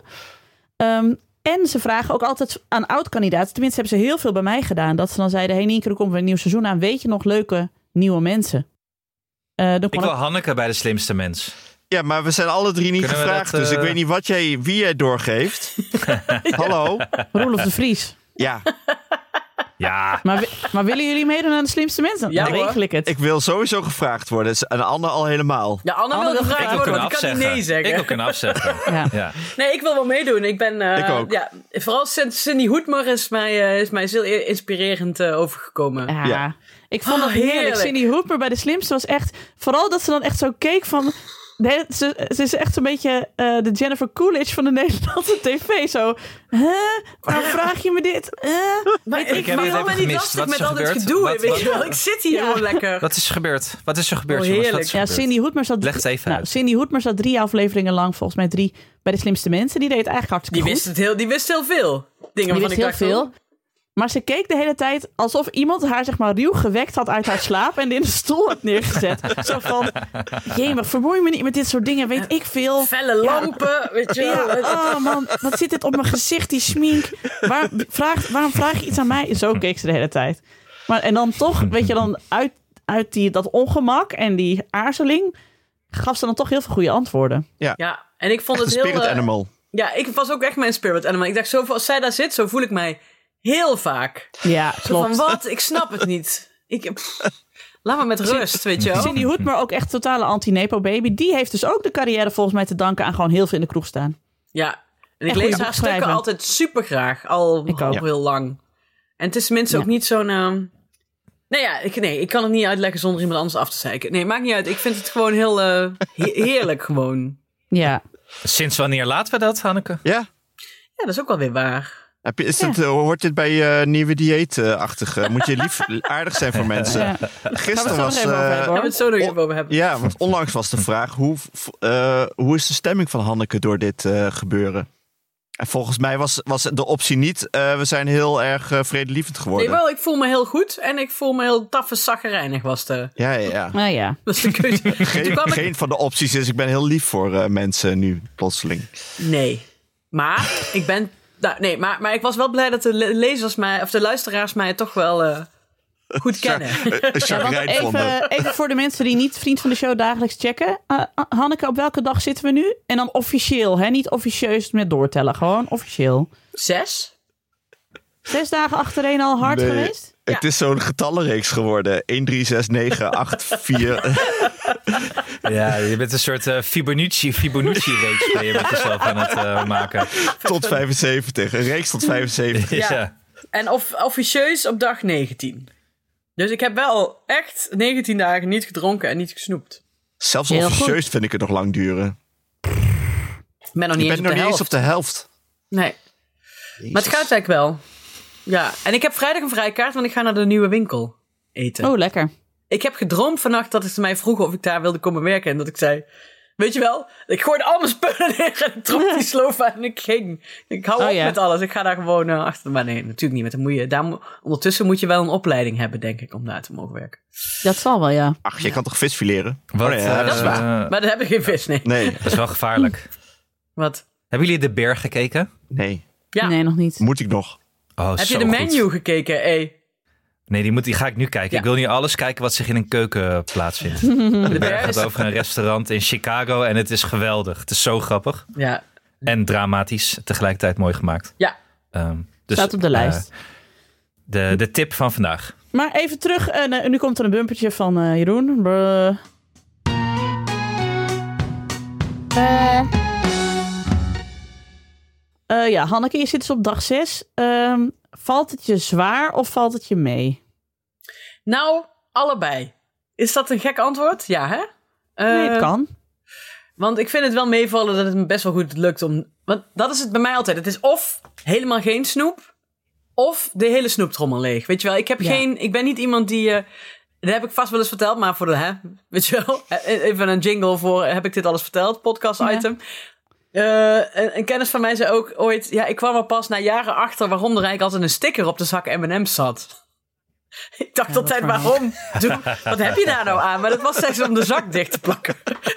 En ze vragen ook altijd aan oud-kandidaten. Tenminste hebben ze heel veel bij mij gedaan. Dat ze dan zeiden, hey Nienke, er komt weer een nieuw seizoen aan. Weet je nog leuke nieuwe mensen? Dan Ik kon wil Hanneke bij de slimste mens. Ja, maar we zijn alle drie niet Kunnen we gevraagd. dat, Dus ik weet niet wie jij doorgeeft. Hallo? Roelof de Vries. Ja, Ja, Maar willen jullie meedoen aan de slimste mensen? Ja, Dan hoor. regel ik het. ik wil sowieso gevraagd worden. En Anne al helemaal. Ja, Anne Anne wil wil gevraagd ik wil worden, kunnen want ik kan afzeggen. niet nee zeggen. Ik wil kunnen afzeggen. Ja. Ja. Nee, ik wil wel meedoen. Ik ben... Ik ook. Ja, vooral Cindy Hoedmer is mij zeer inspirerend overgekomen. Ja, Ja. ik vond dat heerlijk. heerlijk. Cindy Hooper bij de slimste was echt... Vooral dat ze dan echt zo keek van... Ze is echt een beetje de Jennifer Coolidge van de Nederlandse tv. Zo, waarom vraag je me dit? Maar Ik heb maak het me even niet gemist. lastig Wat is met er al dit gebeurd? gedoe. Wat- Weet je wat- wel, ik zit hier gewoon lekker. Wat is er gebeurd? Wat is er gebeurd, Oh, jongens? Wat heerlijk. is er Ja, gebeurd? Cindy Hoedmer zat... Leg het even uit. Cindy Hoedmer zat 3 afleveringen lang, volgens mij 3, bij de slimste mensen. Die deed het eigenlijk hartstikke goed. Die wist heel veel dingen Die waarvan wist ik heel dacht... veel. Maar ze keek de hele tijd alsof iemand haar zeg maar ruw gewekt had uit haar slaap en in de stoel had neergezet. Zo van, jemig, vermoei me niet met dit soort dingen, weet ik veel. Felle lampen, weet je wel. Ja, oh man, wat zit dit op mijn gezicht, die smink. Waarom vraag je iets aan mij? Zo keek ze de hele tijd. Maar, en dan toch, weet je, dan uit dat ongemak en die aarzeling gaf ze dan toch heel veel goede antwoorden. Ja, en ik vond Echt het een heel... spirit animal. Ja, ik was ook echt mijn spirit animal. Ik dacht, zo, als zij daar zit, zo voel ik mij heel vaak. Ja, Zo van, klopt. wat? Ik snap het niet. Laat me met rust, weet je wel. Cindy Hoedmer ook echt totale anti-nepo-baby. Die heeft dus ook de carrière volgens mij te danken aan gewoon heel veel in de kroeg staan. Ja, en ik En lees goede haar stukken schrijven. altijd super graag. Al Ik ook. heel lang. En het is tenminste ook niet zo'n... ik kan het niet uitleggen zonder iemand anders af te zeiken. Nee, maakt niet uit. Ik vind het gewoon heel heerlijk gewoon. Ja. Sinds wanneer laten we dat, Hanneke? Ja? Ja, dat is ook wel weer waar. Hoort dit bij je nieuwe dieetachtige? Moet je aardig zijn voor mensen? Ja. Gisteren Gaan we het zo nog even over hebben, Gaan hoor. we het zo nog even over hebben. Ja, want onlangs was de vraag... hoe is de stemming van Hanneke door dit gebeuren? En volgens mij was de optie niet... we zijn heel erg vredelievend geworden. Nee, wel, ik voel me heel goed. En ik voel me heel taffe zaggerijnig was de Ja. Nou ja. was de keuze. Toen kwam ik... Geen van de opties is... ik ben heel lief voor mensen nu, plotseling. Nee. Maar ik ben... Nou, nee, maar ik was wel blij dat de lezers mij... of de luisteraars mij toch wel goed kennen. Een Ja, want chagrijn vonden. even voor de mensen die niet vriend van de show dagelijks checken. Hanneke, op welke dag zitten we nu? En dan officieel, hè? Niet officieus met doortellen. Gewoon officieel. 6? 6 dagen achtereen al hard Nee. geweest? Het is zo'n getallenreeks geworden. 1, 3, 6, 9, 8, 4. Ja, je bent een soort Fibonacci-reeks ben je met jezelf aan het maken. tot 75. Een reeks tot 75. Ja. En officieus op dag 19. Dus ik heb wel echt 19 dagen niet gedronken en niet gesnoept. Zelfs Heel officieus vind ik het nog lang duren. Ik ben nog niet Je eens bent op nog de niet eens helft. op de helft. Nee, maar het gaat eigenlijk wel. Ja, en ik heb vrijdag een vrije kaart, want ik ga naar de nieuwe winkel eten. Oh, lekker. Ik heb gedroomd vannacht dat ze mij vroegen of ik daar wilde komen werken. En dat ik zei, weet je wel, ik gooide al mijn spullen neer en ik trok die sloof aan en ik ging. Ik hou op met alles. Ik ga daar gewoon achter. Maar nee, natuurlijk niet. Met de moeie. Ondertussen moet je wel een opleiding hebben, denk ik, om daar te mogen werken. Dat zal wel, ja. Ach, je kan toch vis fileren? Wat, Oh, nee, ja, Dat is waar. Maar dan heb ik geen vis, nee. Nee, Dat is wel gevaarlijk. Wat? Hebben jullie De Bear gekeken? nee. Ja. Nee, nog niet. Moet ik nog. Oh, Heb zo je de goed. menu gekeken? Hey. Nee, die ga ik nu kijken. Ja. Ik wil nu alles kijken wat zich in een keuken plaatsvindt. De Bear Bear gaat is... over een restaurant in Chicago en het is geweldig. Het is zo grappig Ja. en dramatisch, tegelijkertijd mooi gemaakt. Ja. Dus, Staat op de lijst. De tip van vandaag. Maar even terug. Nu komt er een bumpertje van Jeroen. Bruh. Ja, Hanneke, je zit dus op dag 6. Valt het je zwaar of valt het je mee? Nou, allebei. Is dat een gek antwoord? Ja, hè? Nee, het kan. Want ik vind het wel meevallen dat het me best wel goed lukt om... Want dat is het bij mij altijd. Het is of helemaal geen snoep, of de hele snoeptrommel leeg. Weet je wel, ik ben niet iemand die... dat heb ik vast wel eens verteld, maar voor de... weet je wel, even een jingle voor... Heb ik dit alles verteld? Podcast item. Een kennis van mij zei ook ooit... Ja, ik kwam er pas na jaren achter waarom er eigenlijk altijd een sticker op de zak M&M's zat. Ik dacht altijd, waarom? Wat heb je daar nou aan? Maar dat was slechts om de zak dicht te plakken.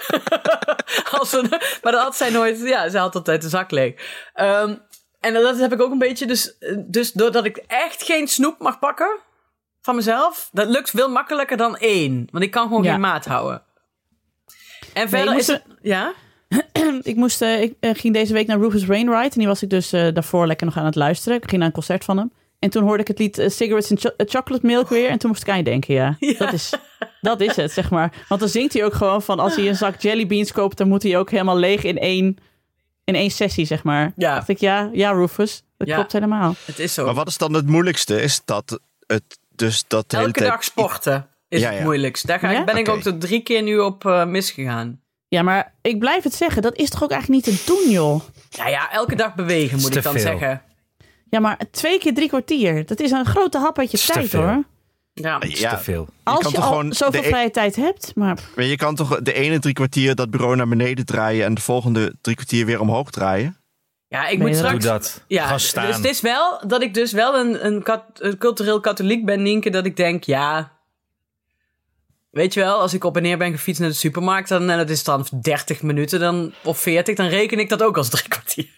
Maar dat had zij nooit... Ja, ze had altijd de zak leeg. En dat heb ik ook een beetje... Dus doordat ik echt geen snoep mag pakken van mezelf... Dat lukt veel makkelijker dan 1. Want ik kan gewoon geen maat houden. En verder is het... Ja? Ik ging deze week naar Rufus Wainwright. En die was ik dus daarvoor lekker nog aan het luisteren. Ik ging naar een concert van hem. En toen hoorde ik het lied Cigarettes and Chocolate Milk weer. En toen moest ik aan je denken, ja. Dat is het, zeg maar. Want dan zingt hij ook gewoon van... als hij een zak jellybeans koopt... dan moet hij ook helemaal leeg in één sessie, zeg maar. Ja. Dacht ik, ja Rufus. Dat klopt helemaal. Het is zo. Maar wat is dan het moeilijkste? Is dat het... Dus dat de hele Elke tijd... dag sporten is het moeilijkst. Daar ben ik ook 3 keer nu op misgegaan. Ja, maar ik blijf het zeggen. Dat is toch ook eigenlijk niet te doen, joh? Nou ja, elke dag bewegen moet ik dan zeggen. Ja, maar 2 keer 3 kwartier. Dat is een grote hap uit je tijd, hoor. Ja, Dat is te veel. Als je al zoveel vrije tijd hebt, maar... Je kan toch de ene 3 kwartier dat bureau naar beneden draaien... en de volgende 3 kwartier weer omhoog draaien? Ja, ik moet straks... Doe dat. Ja, Ga staan. dus het is wel dat ik dus wel een cultureel katholiek ben, Nienke, dat ik denk, ja... Weet je wel, als ik op en neer ben gefietst naar de supermarkt... en dat is dan 30 minuten of 40... dan reken ik dat ook als 3 kwartier.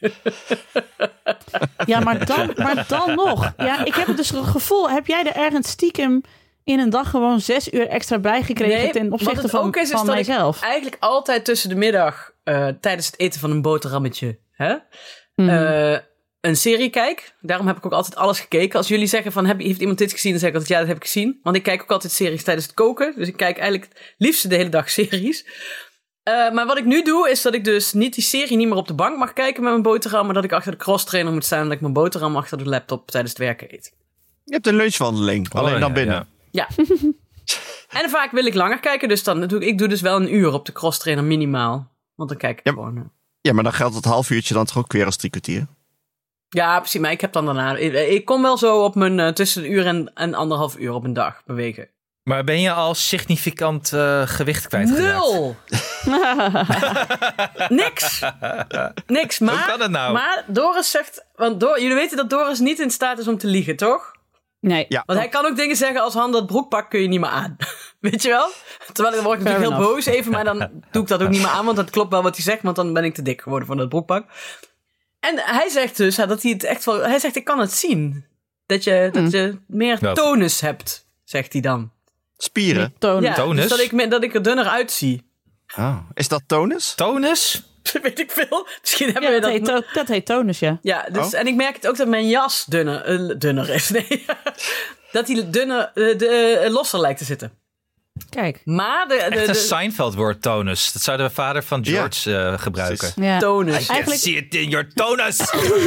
Ja, maar dan nog. Ja, ik heb het dus het gevoel... Heb jij er ergens stiekem in een dag gewoon 6 uur extra bij gekregen... ten opzichte van mijzelf? Ik eigenlijk altijd tussen de middag... tijdens het eten van een boterhammetje... een serie kijk. Daarom heb ik ook altijd alles gekeken. Als jullie zeggen van, heeft iemand dit gezien? Dan zeg ik altijd, ja, dat heb ik gezien. Want ik kijk ook altijd series tijdens het koken. Dus ik kijk eigenlijk het liefst de hele dag series. Maar wat ik nu doe, is dat ik dus niet die serie niet meer op de bank mag kijken met mijn boterham. Maar dat ik achter de crosstrainer moet staan en dat ik mijn boterham achter de laptop tijdens het werken eet. Je hebt een lunchwandeling, alleen dan binnen. Ja. En vaak wil ik langer kijken, dus dan doe ik dus wel een uur op de crosstrainer minimaal. Want dan kijk ik gewoon. Ja, maar dan geldt het half uurtje dan toch ook weer als 3 kwartier? Ja, precies. Maar ik heb dan daarna... Ik kom wel zo op mijn tussen een uur en 1,5 uur op een dag bewegen. Maar ben je al significant gewicht kwijtgeraakt? 0! Niks. Maar, hoe kan het nou? Maar Doris zegt... Want jullie weten dat Doris niet in staat is om te liegen, toch? Nee. Ja. Want hij kan ook dingen zeggen als... Han, dat broekpak kun je niet meer aan. Weet je wel? Terwijl dan word ik natuurlijk heel boos even... maar dan doe ik dat ook niet meer aan... want dat klopt wel wat hij zegt... want dan ben ik te dik geworden van dat broekpak. En hij zegt dus dat hij het echt wel... Hij zegt, ik kan het zien. Dat je meer tonus hebt, zegt hij dan. Spieren? Ja, Tonus? Dus dat ik er dunner uitzie. Oh. Is dat tonus? Tonus? Weet ik veel. Misschien hebben we dat... Dat heet tonus, ja. Ja, dus, en ik merk het ook dat mijn jas dunner is. Nee. Dat hij losser lijkt te zitten. Kijk. Maar Echt een Seinfeld-woord, tonus. Dat zou de vader van George gebruiken. Ja. Tonus. Eigenlijk... See it in your tonus!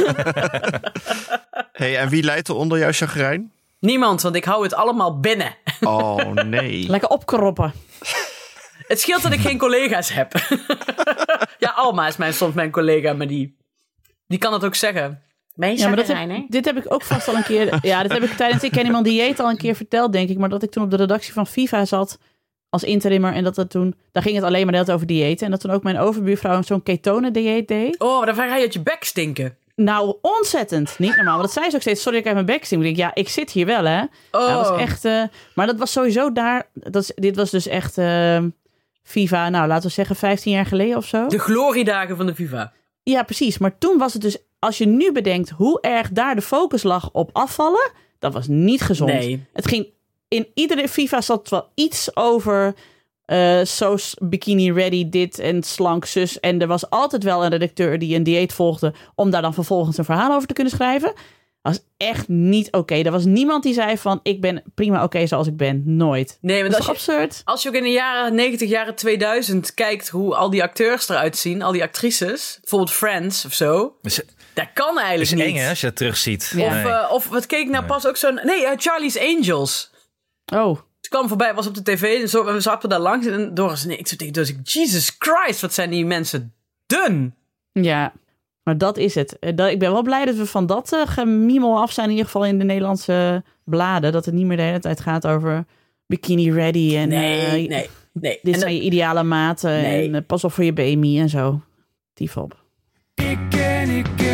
Hey, en wie leidt er onder jouw chagrijn? Niemand, want ik hou het allemaal binnen. Oh, nee. Lekker opkroppen. Het scheelt dat ik geen collega's heb. Ja, Alma is soms mijn collega, maar die kan dat ook zeggen. Ja, maar dit heb ik ook vast al een keer... Ja, dit heb ik tijdens Ik Ken Iemand Dieet al een keer verteld, denk ik. Maar dat ik toen op de redactie van FIFA zat als interimmer. En dat toen... Daar ging het alleen maar net over diëten. En dat toen ook mijn overbuurvrouw zo'n ketonen-dieet deed. Oh, maar dan ga je uit je bek stinken. Nou, ontzettend. Niet normaal. Want dat zei ze ook steeds. Sorry, ik heb mijn bek stink. Ik denk, ja, ik zit hier wel, hè. Oh. Dat was echt... maar dat was sowieso daar... Dit was dus echt... FIFA, nou, laten we zeggen 15 jaar geleden of zo. De gloriedagen van de FIFA. Ja, precies. Maar toen was het dus... Als je nu bedenkt hoe erg daar de focus lag op afvallen... Dat was niet gezond. Nee. Het ging... In iedere FIFA zat wel iets over... zo bikini ready, dit en slank zus. En er was altijd wel een redacteur die een dieet volgde... om daar dan vervolgens een verhaal over te kunnen schrijven. Dat was echt niet oké. Er was niemand die zei van... ik ben prima oké zoals ik ben. Nooit. Nee, maar dat is absurd. Als je ook in de jaren 90, jaren 2000 kijkt... hoe al die acteurs eruit zien, al die actrices... bijvoorbeeld Friends of zo... dat kan eigenlijk niet. Het niet. is eng, hè, als je dat terugziet. Ja. Nee. Of wat keek ik nou pas ook zo'n... Nee, Charlie's Angels. Oh. Het kwam voorbij, was op de tv en zo, we zaten daar langs en Doris en ik zo tegen Doris, Jesus Christ, wat zijn die mensen dun. Ja, maar dat is het. Ik ben wel blij dat we van dat gemiemel af zijn, in ieder geval in de Nederlandse bladen, dat het niet meer de hele tijd gaat over bikini ready en Nee. Dit zijn je ideale maten en pas op voor je BMI en zo. Tief op. Ik ken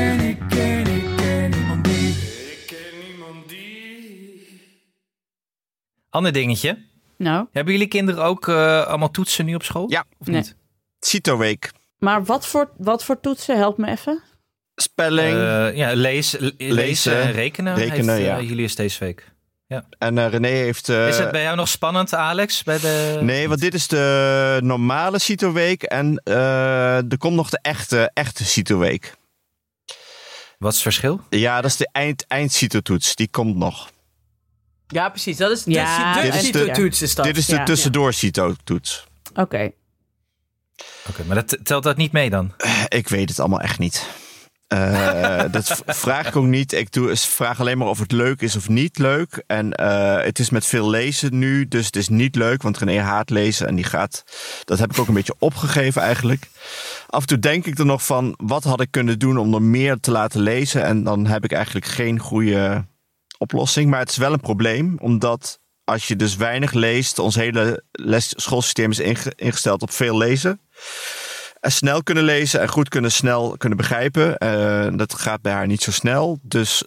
iemand die. Ander dingetje. Nou, Hebben jullie kinderen ook allemaal toetsen nu op school? Ja. Of Nee. niet? CITO-week. maar wat voor toetsen? Help me even. Spelling. Ja, lezen en rekenen. Rekenen, heeft, ja. Julius deze week. En René heeft... Is het bij jou nog spannend, Alex? Bij de... Nee, want dit is de normale CITO-week. En er komt nog de echte CITO-week. Wat is het verschil? Ja, dat is de eind-CITO-toets. Die komt nog. Ja, precies. Dat is Ja, de dit is de- CITO-toets is dat. Dit is de Ja. tussendoor-CITO-toets. Oké. Oké, maar telt dat niet mee dan? Ik weet het allemaal echt niet. Dat vraag ik ook niet. Ik vraag alleen maar of het leuk is of niet leuk. En het is met veel lezen nu, dus het is niet leuk. Want René haat lezen en dat heb ik ook een beetje opgegeven eigenlijk. Af en toe denk ik er nog van, wat had ik kunnen doen om er meer te laten lezen? En dan heb ik eigenlijk geen goede oplossing. Maar het is wel een probleem, omdat als je dus weinig leest, ons hele schoolsysteem is ingesteld op veel lezen. En snel kunnen lezen en snel kunnen begrijpen. Dat gaat bij haar niet zo snel. Dus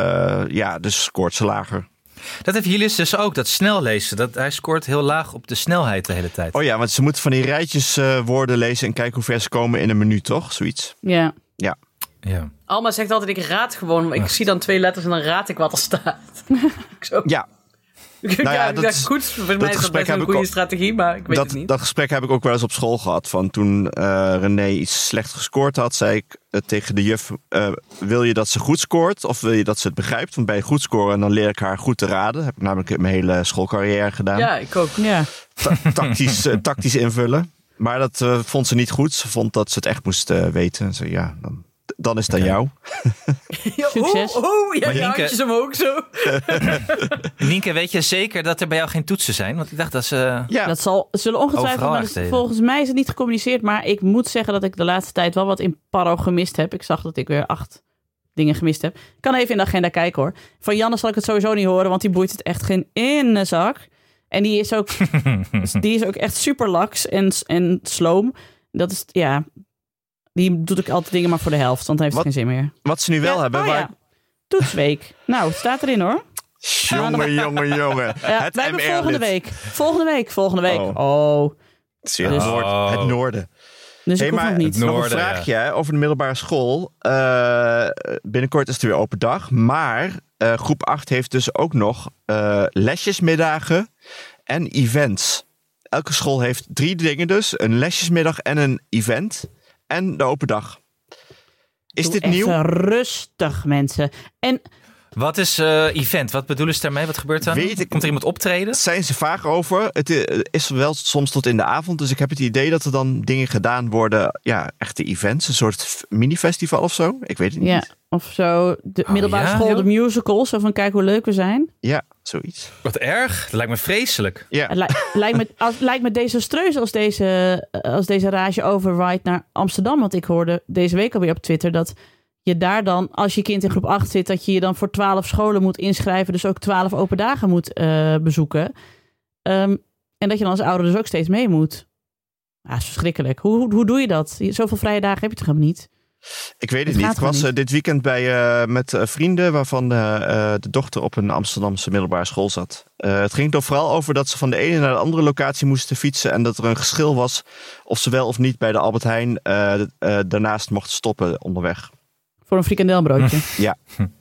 scoort ze lager. Dat heeft Julius dus ook, dat snel lezen. Hij scoort heel laag op de snelheid de hele tijd. Oh ja, want ze moeten van die rijtjes woorden lezen en kijken hoe ver ze komen in een minuut, toch? Zoiets. Ja. Ja. Ja. Alma zegt altijd, ik raad gewoon. Ik zie dan 2 letters en dan raad ik wat er staat. Zo. Ja, dat is- goed. Voor mij is dat gesprek best wel heb een ik goede ook- strategie, maar ik weet het niet. dat gesprek heb ik ook wel eens op school gehad. Van toen René iets slecht gescoord had, zei ik tegen de juf, wil je dat ze goed scoort of wil je dat ze het begrijpt? Want bij goed scoren, dan leer ik haar goed te raden. Heb ik namelijk in mijn hele schoolcarrière gedaan. Ja, ik ook. Ja. Tactisch invullen. Maar dat vond ze niet goed. Ze vond dat ze het echt moest weten. En zei, ja, dan is het aan jou. Ja, Succes. Ja, Maar je Nienke- handjes omhoog zo. Nienke, weet je zeker dat er bij jou geen toetsen zijn? Want ik dacht dat ze... Ja, Dat zullen ongetwijfeld, Overal maar echt volgens mij is het niet gecommuniceerd. Maar ik moet zeggen dat ik de laatste tijd wel wat in Paro gemist heb. Ik zag dat ik weer 8 dingen gemist heb. Ik kan even in de agenda kijken hoor. Van Janne zal ik het sowieso niet horen, want die boeit het echt geen ene zak. En die is ook echt super laks en sloom. Dat is, ja... Die doet ook altijd dingen maar voor de helft, want dan heeft het Wat? geen zin meer. wat ze nu wel hebben. Ja. Toetsweek. Nou, het staat erin hoor. Jongen. Ja, Het wij hebben MR-lid. volgende week. Oh. Het is weer Dus- het noorden. Dus Hey, ik hoef maar nog niet. het nog een Noorden, vraagje hè, over de middelbare school. Binnenkort is het weer open dag. Maar groep 8 heeft dus ook nog lesjesmiddagen en events. Elke school heeft 3 dingen dus. Een lesjesmiddag en een event. En de open dag. Is Doe dit even nieuw? rustig, mensen. En Wat is event? Wat bedoelen ze daarmee? Wat gebeurt er dan? Weet ik- Komt er iemand optreden? Daar zijn ze vaag over. Het is wel soms tot in de avond. Dus ik heb het idee dat er dan dingen gedaan worden. Ja, echte events. Een soort mini-festival of zo. Ik weet het niet. Ja, of zo. De middelbare ja? school, de musical. Zo van, kijk hoe leuk we zijn. Ja, zoiets. Wat erg. Dat lijkt me vreselijk. Ja. Het lijkt me desastreus als deze rage overwaait naar Amsterdam. Want ik hoorde deze week alweer op Twitter dat je daar dan, als je kind in groep 8 zit, dat je je dan voor 12 scholen moet inschrijven. Dus ook 12 open dagen moet bezoeken. En dat je dan als ouder dus ook steeds mee moet. Ja, dat is verschrikkelijk. Hoe doe je dat? Zoveel vrije dagen heb je toch helemaal niet? Ik weet het Het niet. gaat Ik was gewoon niet. dit weekend met vrienden waarvan de dochter op een Amsterdamse middelbare school zat. Het ging er vooral over dat ze van de ene naar de andere locatie moesten fietsen. En dat er een geschil was of ze wel of niet bij de Albert Heijn daarnaast mochten stoppen onderweg. Voor een frikandelbroodje. Ja,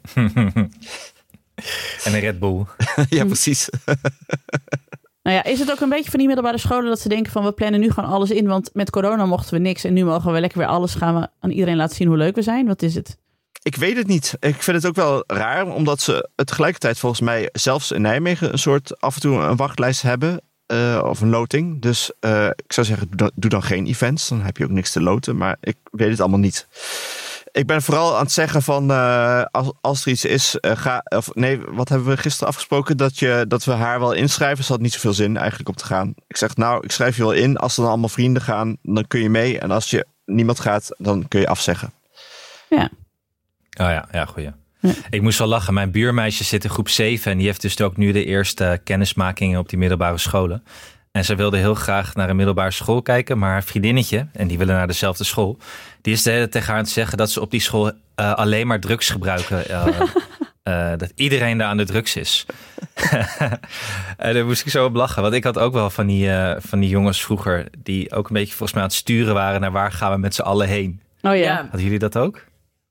En een Red Bull. ja precies. Nou ja, is het ook een beetje van die middelbare scholen dat ze denken van we plannen nu gewoon alles in, want met corona mochten we niks en nu mogen we lekker weer alles, gaan we aan iedereen laten zien hoe leuk we zijn? Wat is het? Ik weet het niet. Ik vind het ook wel raar, omdat ze het tegelijkertijd volgens mij zelfs in Nijmegen een soort af en toe een wachtlijst hebben. Of een loting. Dus ik zou zeggen, doe dan geen events. Dan heb je ook niks te loten. Maar ik weet het allemaal niet. Ik ben vooral aan het zeggen van als er iets is, wat hebben we gisteren afgesproken? Dat we haar wel inschrijven. Ze had niet zoveel zin eigenlijk om te gaan. Ik zeg, nou, ik schrijf je wel in. Als er dan allemaal vrienden gaan, dan kun je mee. En als je niemand gaat, dan kun je afzeggen. Ja. Oh ja, goeie. Ja. Ik moest wel lachen. Mijn buurmeisje zit in groep 7 en die heeft dus ook nu de eerste kennismakingen op die middelbare scholen. En ze wilde heel graag naar een middelbare school kijken, maar haar vriendinnetje, en die willen naar dezelfde school, die is de hele tijd tegen haar aan het zeggen dat ze op die school alleen maar drugs gebruiken. Dat iedereen daar aan de drugs is. En daar moest ik zo op lachen. Want ik had ook wel van die jongens vroeger die ook een beetje volgens mij aan het sturen waren naar waar gaan we met z'n allen heen. Oh ja. Ja. Hadden jullie dat ook?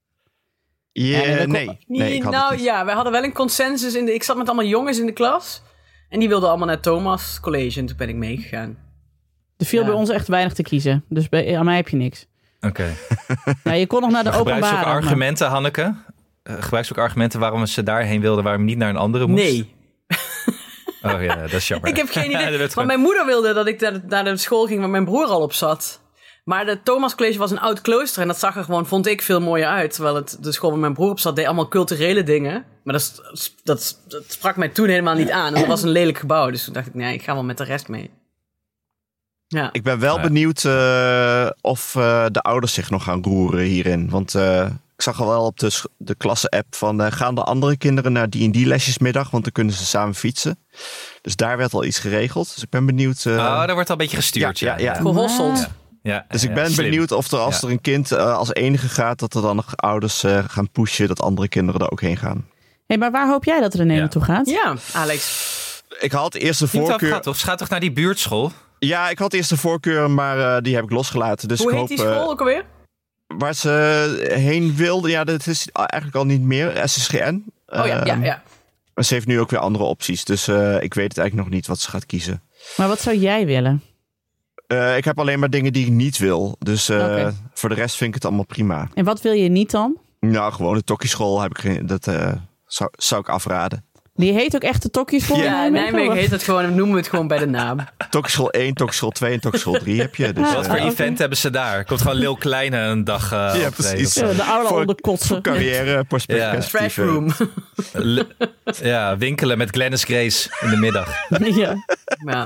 Nee, ik had het niet. Ja, wij hadden wel een consensus. Ik zat met allemaal jongens in de klas. En die wilden allemaal naar Thomas College. En toen ben ik meegegaan. Er viel Ja. bij ons echt weinig te kiezen. Dus aan mij heb je niks. Oké. Ja, je kon nog naar de Gebruik ze ook openbare. maar- argumenten, Hanneke? Gebruik ze ook argumenten waarom ze daarheen wilden, waarom niet naar een andere moest? Nee. Oh ja, dat is jammer. Ik heb geen Ja, dat idee. werd Want gewoon- mijn moeder wilde dat ik naar de school ging waar mijn broer al op zat. Maar de Thomas College was een oud klooster. En dat zag er gewoon, vond ik, veel mooier uit. Terwijl de school waar mijn broer op zat, deed allemaal culturele dingen. Maar dat sprak mij toen helemaal niet aan. En dat was een lelijk gebouw. Dus toen dacht ik, nee, ik ga wel met de rest mee. Ja. Ik ben wel Ja. benieuwd of de ouders zich nog gaan roeren hierin. Want ik zag al wel op de klasse-app van gaan de andere kinderen naar die lesjesmiddag, want dan kunnen ze samen fietsen. Dus daar werd al iets geregeld. Dus ik ben benieuwd. daar wordt al een beetje gestuurd. Ja. Gehosseld. Ja, Dus ik ben slim. benieuwd of als er een kind als enige gaat, dat er dan nog ouders gaan pushen dat andere kinderen er ook heen gaan. Hey, maar waar hoop jij dat René Ja. naartoe gaat? Ja, Alex. Ik had eerst de Je moet voorkeur. afgaan, toch? Ze gaat toch naar die buurtschool? Ja, ik had eerst de voorkeur, maar die heb ik losgelaten. Dus Hoe ik heet hoop die school ook alweer? waar ze heen wilde. Ja, dat is eigenlijk al niet meer. SSGN. Oh ja. Maar ze heeft nu ook weer andere opties. Dus ik weet het eigenlijk nog niet wat ze gaat kiezen. Maar wat zou jij willen? Ik heb alleen maar dingen die ik niet wil. Dus Oké. voor de rest vind ik het allemaal prima. En wat wil je niet dan? Nou, gewoon de tokkieschool heb ik geen. Dat zou ik afraden. Die heet ook echt de Tokkieschool in Ja, in Nijmegen? Nijmegen heet het gewoon, noemen we het gewoon bij de naam. Tokkieschool 1, tokkieschool 2 en tokkieschool 3 heb je. Dus, Wat voor oké. event hebben ze daar? Komt gewoon Lil Kleine een dag ja, optreden precies. of zo? Ja, de oude Voor- onder kotsen. carrière, Ja. Trash room. Ja, winkelen met Glennis Grace in de middag. Ja. Ja.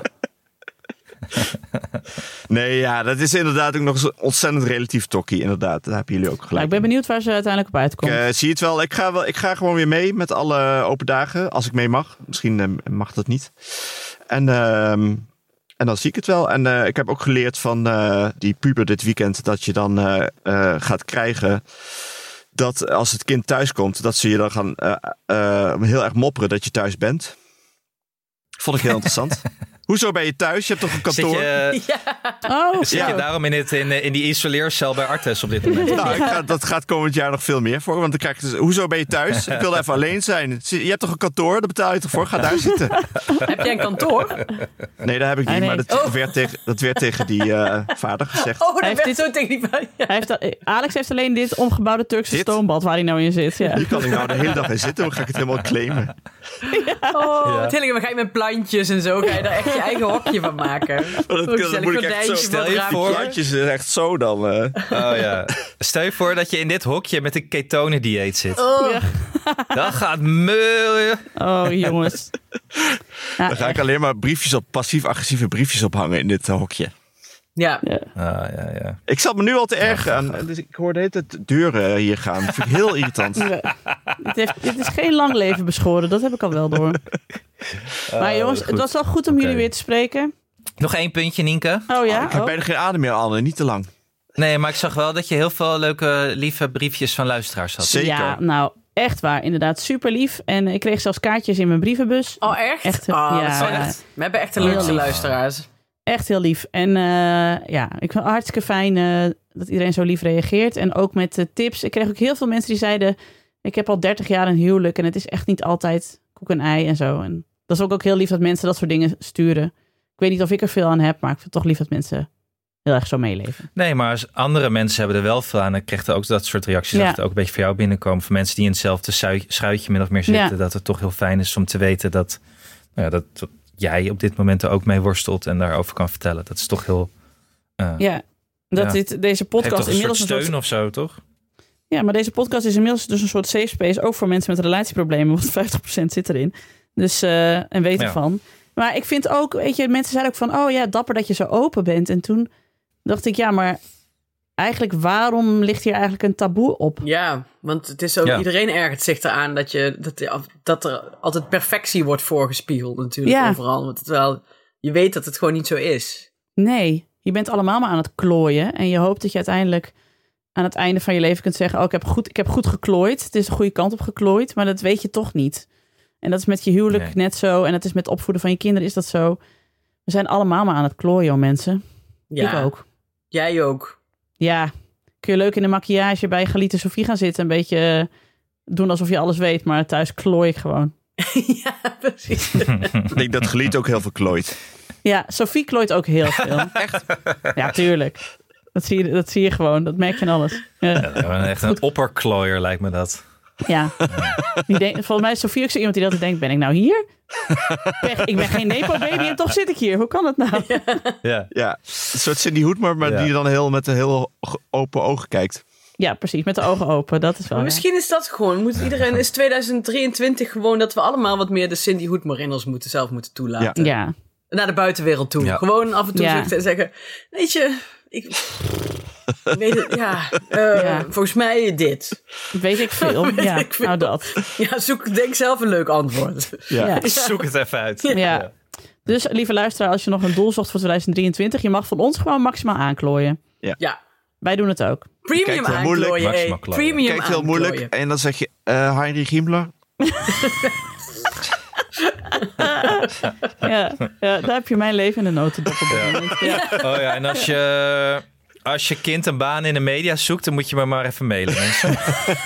Nee, ja, dat is inderdaad ook nog eens een ontzettend relatief tokkie. Inderdaad, daar hebben jullie ook Nou, gelijk. ik ben benieuwd waar ze uiteindelijk op uitkomt. Ik zie het wel. Ik ga gewoon weer mee met alle open dagen. Als ik mee mag. Misschien mag dat niet. En dan zie ik het wel. En ik heb ook geleerd van die puber dit weekend dat je dan gaat krijgen dat als het kind thuis komt, dat ze je dan gaan heel erg mopperen dat je thuis bent. Vond ik heel interessant. Hoezo ben je thuis? Je hebt toch een kantoor? Zit je daarom in die isoleercel bij Artes op dit moment? Nou, dat gaat komend jaar nog veel meer voor. Want dan krijg je dus, hoezo ben je thuis? Ik wil even alleen zijn. Je hebt toch een kantoor? Daar betaal je toch voor? Ga daar zitten. Heb jij een kantoor? Nee, dat heb ik niet. Nee. Maar dat werd tegen die vader gezegd. Oh, dat Hij heeft werd zo tegen die... Ja. Alex heeft alleen dit omgebouwde Turkse stoombad waar hij nou in zit. Ja. Hier kan ik nou de hele dag in zitten. Dan ga ik het helemaal claimen. Oh, Tilling, dan ga je met plantjes en zo. Ga je daar echt je eigen hokje van maken. Dat moet ik echt zo. Stel je voor. Plantjes is echt zo dan. Oh ja. Stel je voor dat je in dit hokje met een ketone-dieet zit. Ja. Dat gaat meulen. Oh, jongens. Ja, Dan ga ik alleen maar passief-agressieve briefjes ophangen in dit hokje. Ja. Ja. Ik zat me nu al te erg aan. Dus ik hoorde de hele tijd deuren hier gaan. Dat vind ik heel irritant. Het is geen lang leven beschoren, dat heb ik al wel door. Maar jongens, goed. het was wel goed om jullie weer te spreken. Nog 1 puntje, Nienke. Oh ja? Ik heb bijna geen adem meer, Anne. Niet te lang. Nee, maar ik zag wel dat je heel veel leuke, lieve briefjes van luisteraars had. Zeker. Ja, nou, echt waar. Inderdaad, super lief. En ik kreeg zelfs kaartjes in mijn brievenbus. Oh, echt? Echt, Oh, ja. dat is echt. We hebben echt de Heel leukste lief. luisteraars. Echt heel lief. En ja, ik vind het hartstikke fijn dat iedereen zo lief reageert. En ook met tips. Ik kreeg ook heel veel mensen die zeiden... Ik heb al 30 jaar een huwelijk en het is echt niet altijd koek en ei en zo. En dat is ook heel lief dat mensen dat soort dingen sturen. Ik weet niet of ik er veel aan heb, maar ik vind het toch lief dat mensen heel erg zo meeleven. Nee, maar als andere mensen hebben er wel veel aan. Ik kreeg er ook dat soort reacties. Ja. Dat het ook een beetje voor jou binnenkomen. Van mensen die in hetzelfde schuitje min of meer zitten. Ja. Dat het toch heel fijn is om te weten dat jij op dit moment er ook mee worstelt. En daarover kan vertellen. Dat is toch heel... Ja, dat Ja. deze podcast Heeft toch inmiddels een soort steun of zo, toch? Ja, maar deze podcast is inmiddels dus een soort safe space. Ook voor mensen met relatieproblemen. Want 50% zit erin. Dus, en weet Ja. ervan. Maar ik vind ook, weet je, mensen zeiden ook van... Oh ja, dapper dat je zo open bent. En toen dacht ik, ja, maar eigenlijk waarom ligt hier eigenlijk een taboe op? Ja, want het is ook, Ja. iedereen ergert zich eraan dat er altijd perfectie wordt voorgespiegeld natuurlijk Ja. overal. Terwijl je weet dat het gewoon niet zo is. Nee, je bent allemaal maar aan het klooien. En je hoopt dat je uiteindelijk aan het einde van je leven kunt zeggen... Oh, ik heb goed geklooid. Het is de goede kant op geklooid. Maar dat weet je toch niet. En dat is met je huwelijk net zo. En dat is met het opvoeden van je kinderen is dat zo. We zijn allemaal maar aan het klooien, oh, mensen. Ja, Ik ook. Jij ook. Ja, kun je leuk in de maquillage bij Geliete Sofie gaan zitten. Een beetje doen alsof je alles weet. Maar thuis klooi ik gewoon. Ja, precies. Ik denk dat Geliet ook heel veel klooit. Ja, Sofie klooit ook heel veel. Echt? Ja, tuurlijk. Dat zie je gewoon. Dat merk je in alles. Ja. Echt een opperklooier lijkt me dat. Ja. Volgens mij is Sofie ook zo iemand die altijd denkt... Ben ik nou hier? Ik ben geen nepo-baby en toch zit ik hier. Hoe kan het nou? Ja. Ja, een soort Cindy Hoedmer, maar Ja. die dan met een heel open ogen kijkt. Ja, precies. Met de ogen open. Dat is wel. Maar Ja. misschien is dat gewoon, is 2023 gewoon dat we allemaal wat meer de Cindy Hoedmer in ons zelf moeten toelaten. Ja. Naar de buitenwereld toe. Ja. Gewoon af en toe Ja. zuchten en zeggen, weet je, ik weet het, ja, Ja. volgens mij dit. Weet ik veel. Ja, ik veel. nou dat. Ja, denk zelf een leuk antwoord. Ja. Ja. Zoek het even uit. Ja. Dus lieve luisteraar, als je nog een doel zocht voor 2023... je mag van ons gewoon maximaal aanklooien. Ja, Wij doen het ook. premium Kijkt heel moeilijk. aanklooien. Maximaal Hey. klooien. Premium Kijkt heel moeilijk. aanklooien. En dan zeg je Heinrich Himmler. Ja, daar heb je mijn leven in de notendop op dit moment. Ja. Oh ja, en als je kind een baan in de media zoekt, dan moet je me maar even mailen, mensen.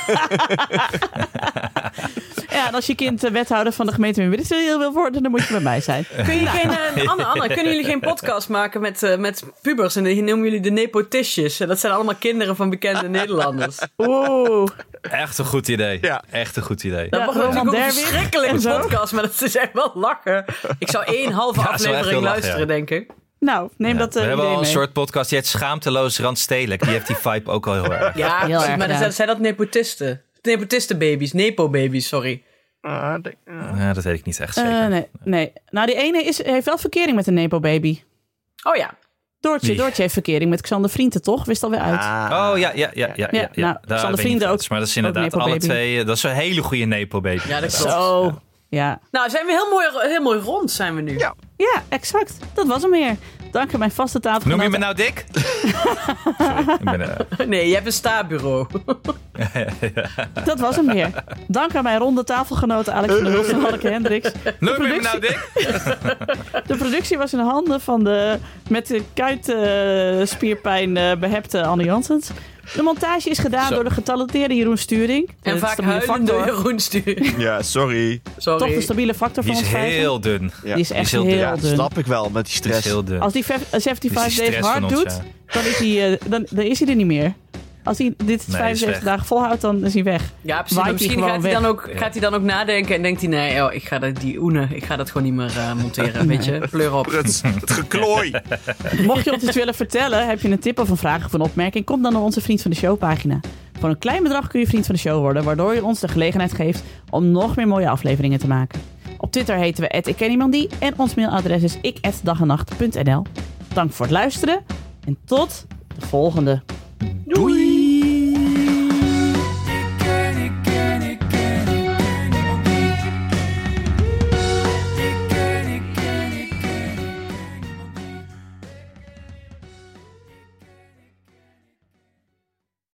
Ja, en als je kind wethouder van de gemeente Willisville wil worden... dan moet je bij mij zijn. Kun je Anne, kunnen jullie geen podcast maken met pubers? En die noemen jullie de nepotistjes. Dat zijn allemaal kinderen van bekende Nederlanders. Oeh. Echt een goed idee. Ja. Echt een goed idee. Dat Ja, wordt natuurlijk ook Roman een Derwin verschrikkelijke en zo. podcast, maar dat is echt wel lachen. Ik zou 1,5 Ja, zo echt aflevering wel lachen, luisteren, ja. denk ik. Nou, neem dat We hebben idee al een mee. soort podcast, die heet Schaamteloos Randstedelijk. Die heeft die vibe ook al heel erg. Ja, Heel precies, erg, maar ja. dan zijn dat nepotisten. Nepotistenbaby's, nepo-baby's, sorry. Ja, dat weet ik niet echt zeker. Nee. Nou, die ene heeft wel verkering met een nepo-baby. Oh ja. Doortje heeft verkering met Xander Vrienden, toch? Wist alweer uit. Oh ja. nou, Daar Xander ben ik Vrienden niet ook- van. Maar dat is ook inderdaad alle nepo-baby. twee. Dat is een hele goede nepo-baby. Ja, dat inderdaad. klopt. Zo. Ja. Nou, zijn we heel mooi rond zijn we nu. Ja. Ja, exact. Dat was hem weer. Dank aan mijn vaste tafel. Noem je me nou dik? Sorry, ik ben, Nee, je hebt een stabureau. Dat was hem weer. Dank aan mijn ronde tafelgenoten Alex van der Hulst en Hanneke Hendricks. Nooit meer nou, Dick. De productie was in de handen van de met de kuitspierpijn behepte Anne Janssens. De montage is gedaan door de getalenteerde Jeroen Sturing. En De vaak stabiele huilende factor. Jeroen Sturing. Ja, sorry. Sorry. Toch de stabiele factor Die van is ons vijven. heel dun. Ja. Die is echt heel heel, dun. Ja, dun. snap ik wel met die Die is stress. heel dun. Als die 75 Dus die days stress van hard ons, doet, dan is hij er niet meer. Als hij dit Nee, 75 is weg. dagen volhoudt, dan is hij weg. Ja, precies. Waait Maar misschien hij gewoon gaat hij dan ook nadenken en denkt hij... Nee, ik ga dat gewoon niet meer monteren. Weet je, pleur op. Het geklooi. Mocht je ons iets willen vertellen, heb je een tip of een vraag of een opmerking, kom dan naar onze Vriend van de Show pagina. Voor een klein bedrag kun je Vriend van de Show worden, waardoor je ons de gelegenheid geeft om nog meer mooie afleveringen te maken. Op Twitter heten we @ikkenniemandie en ons mailadres is ik@dagennacht.nl. Dank voor het luisteren en tot de volgende.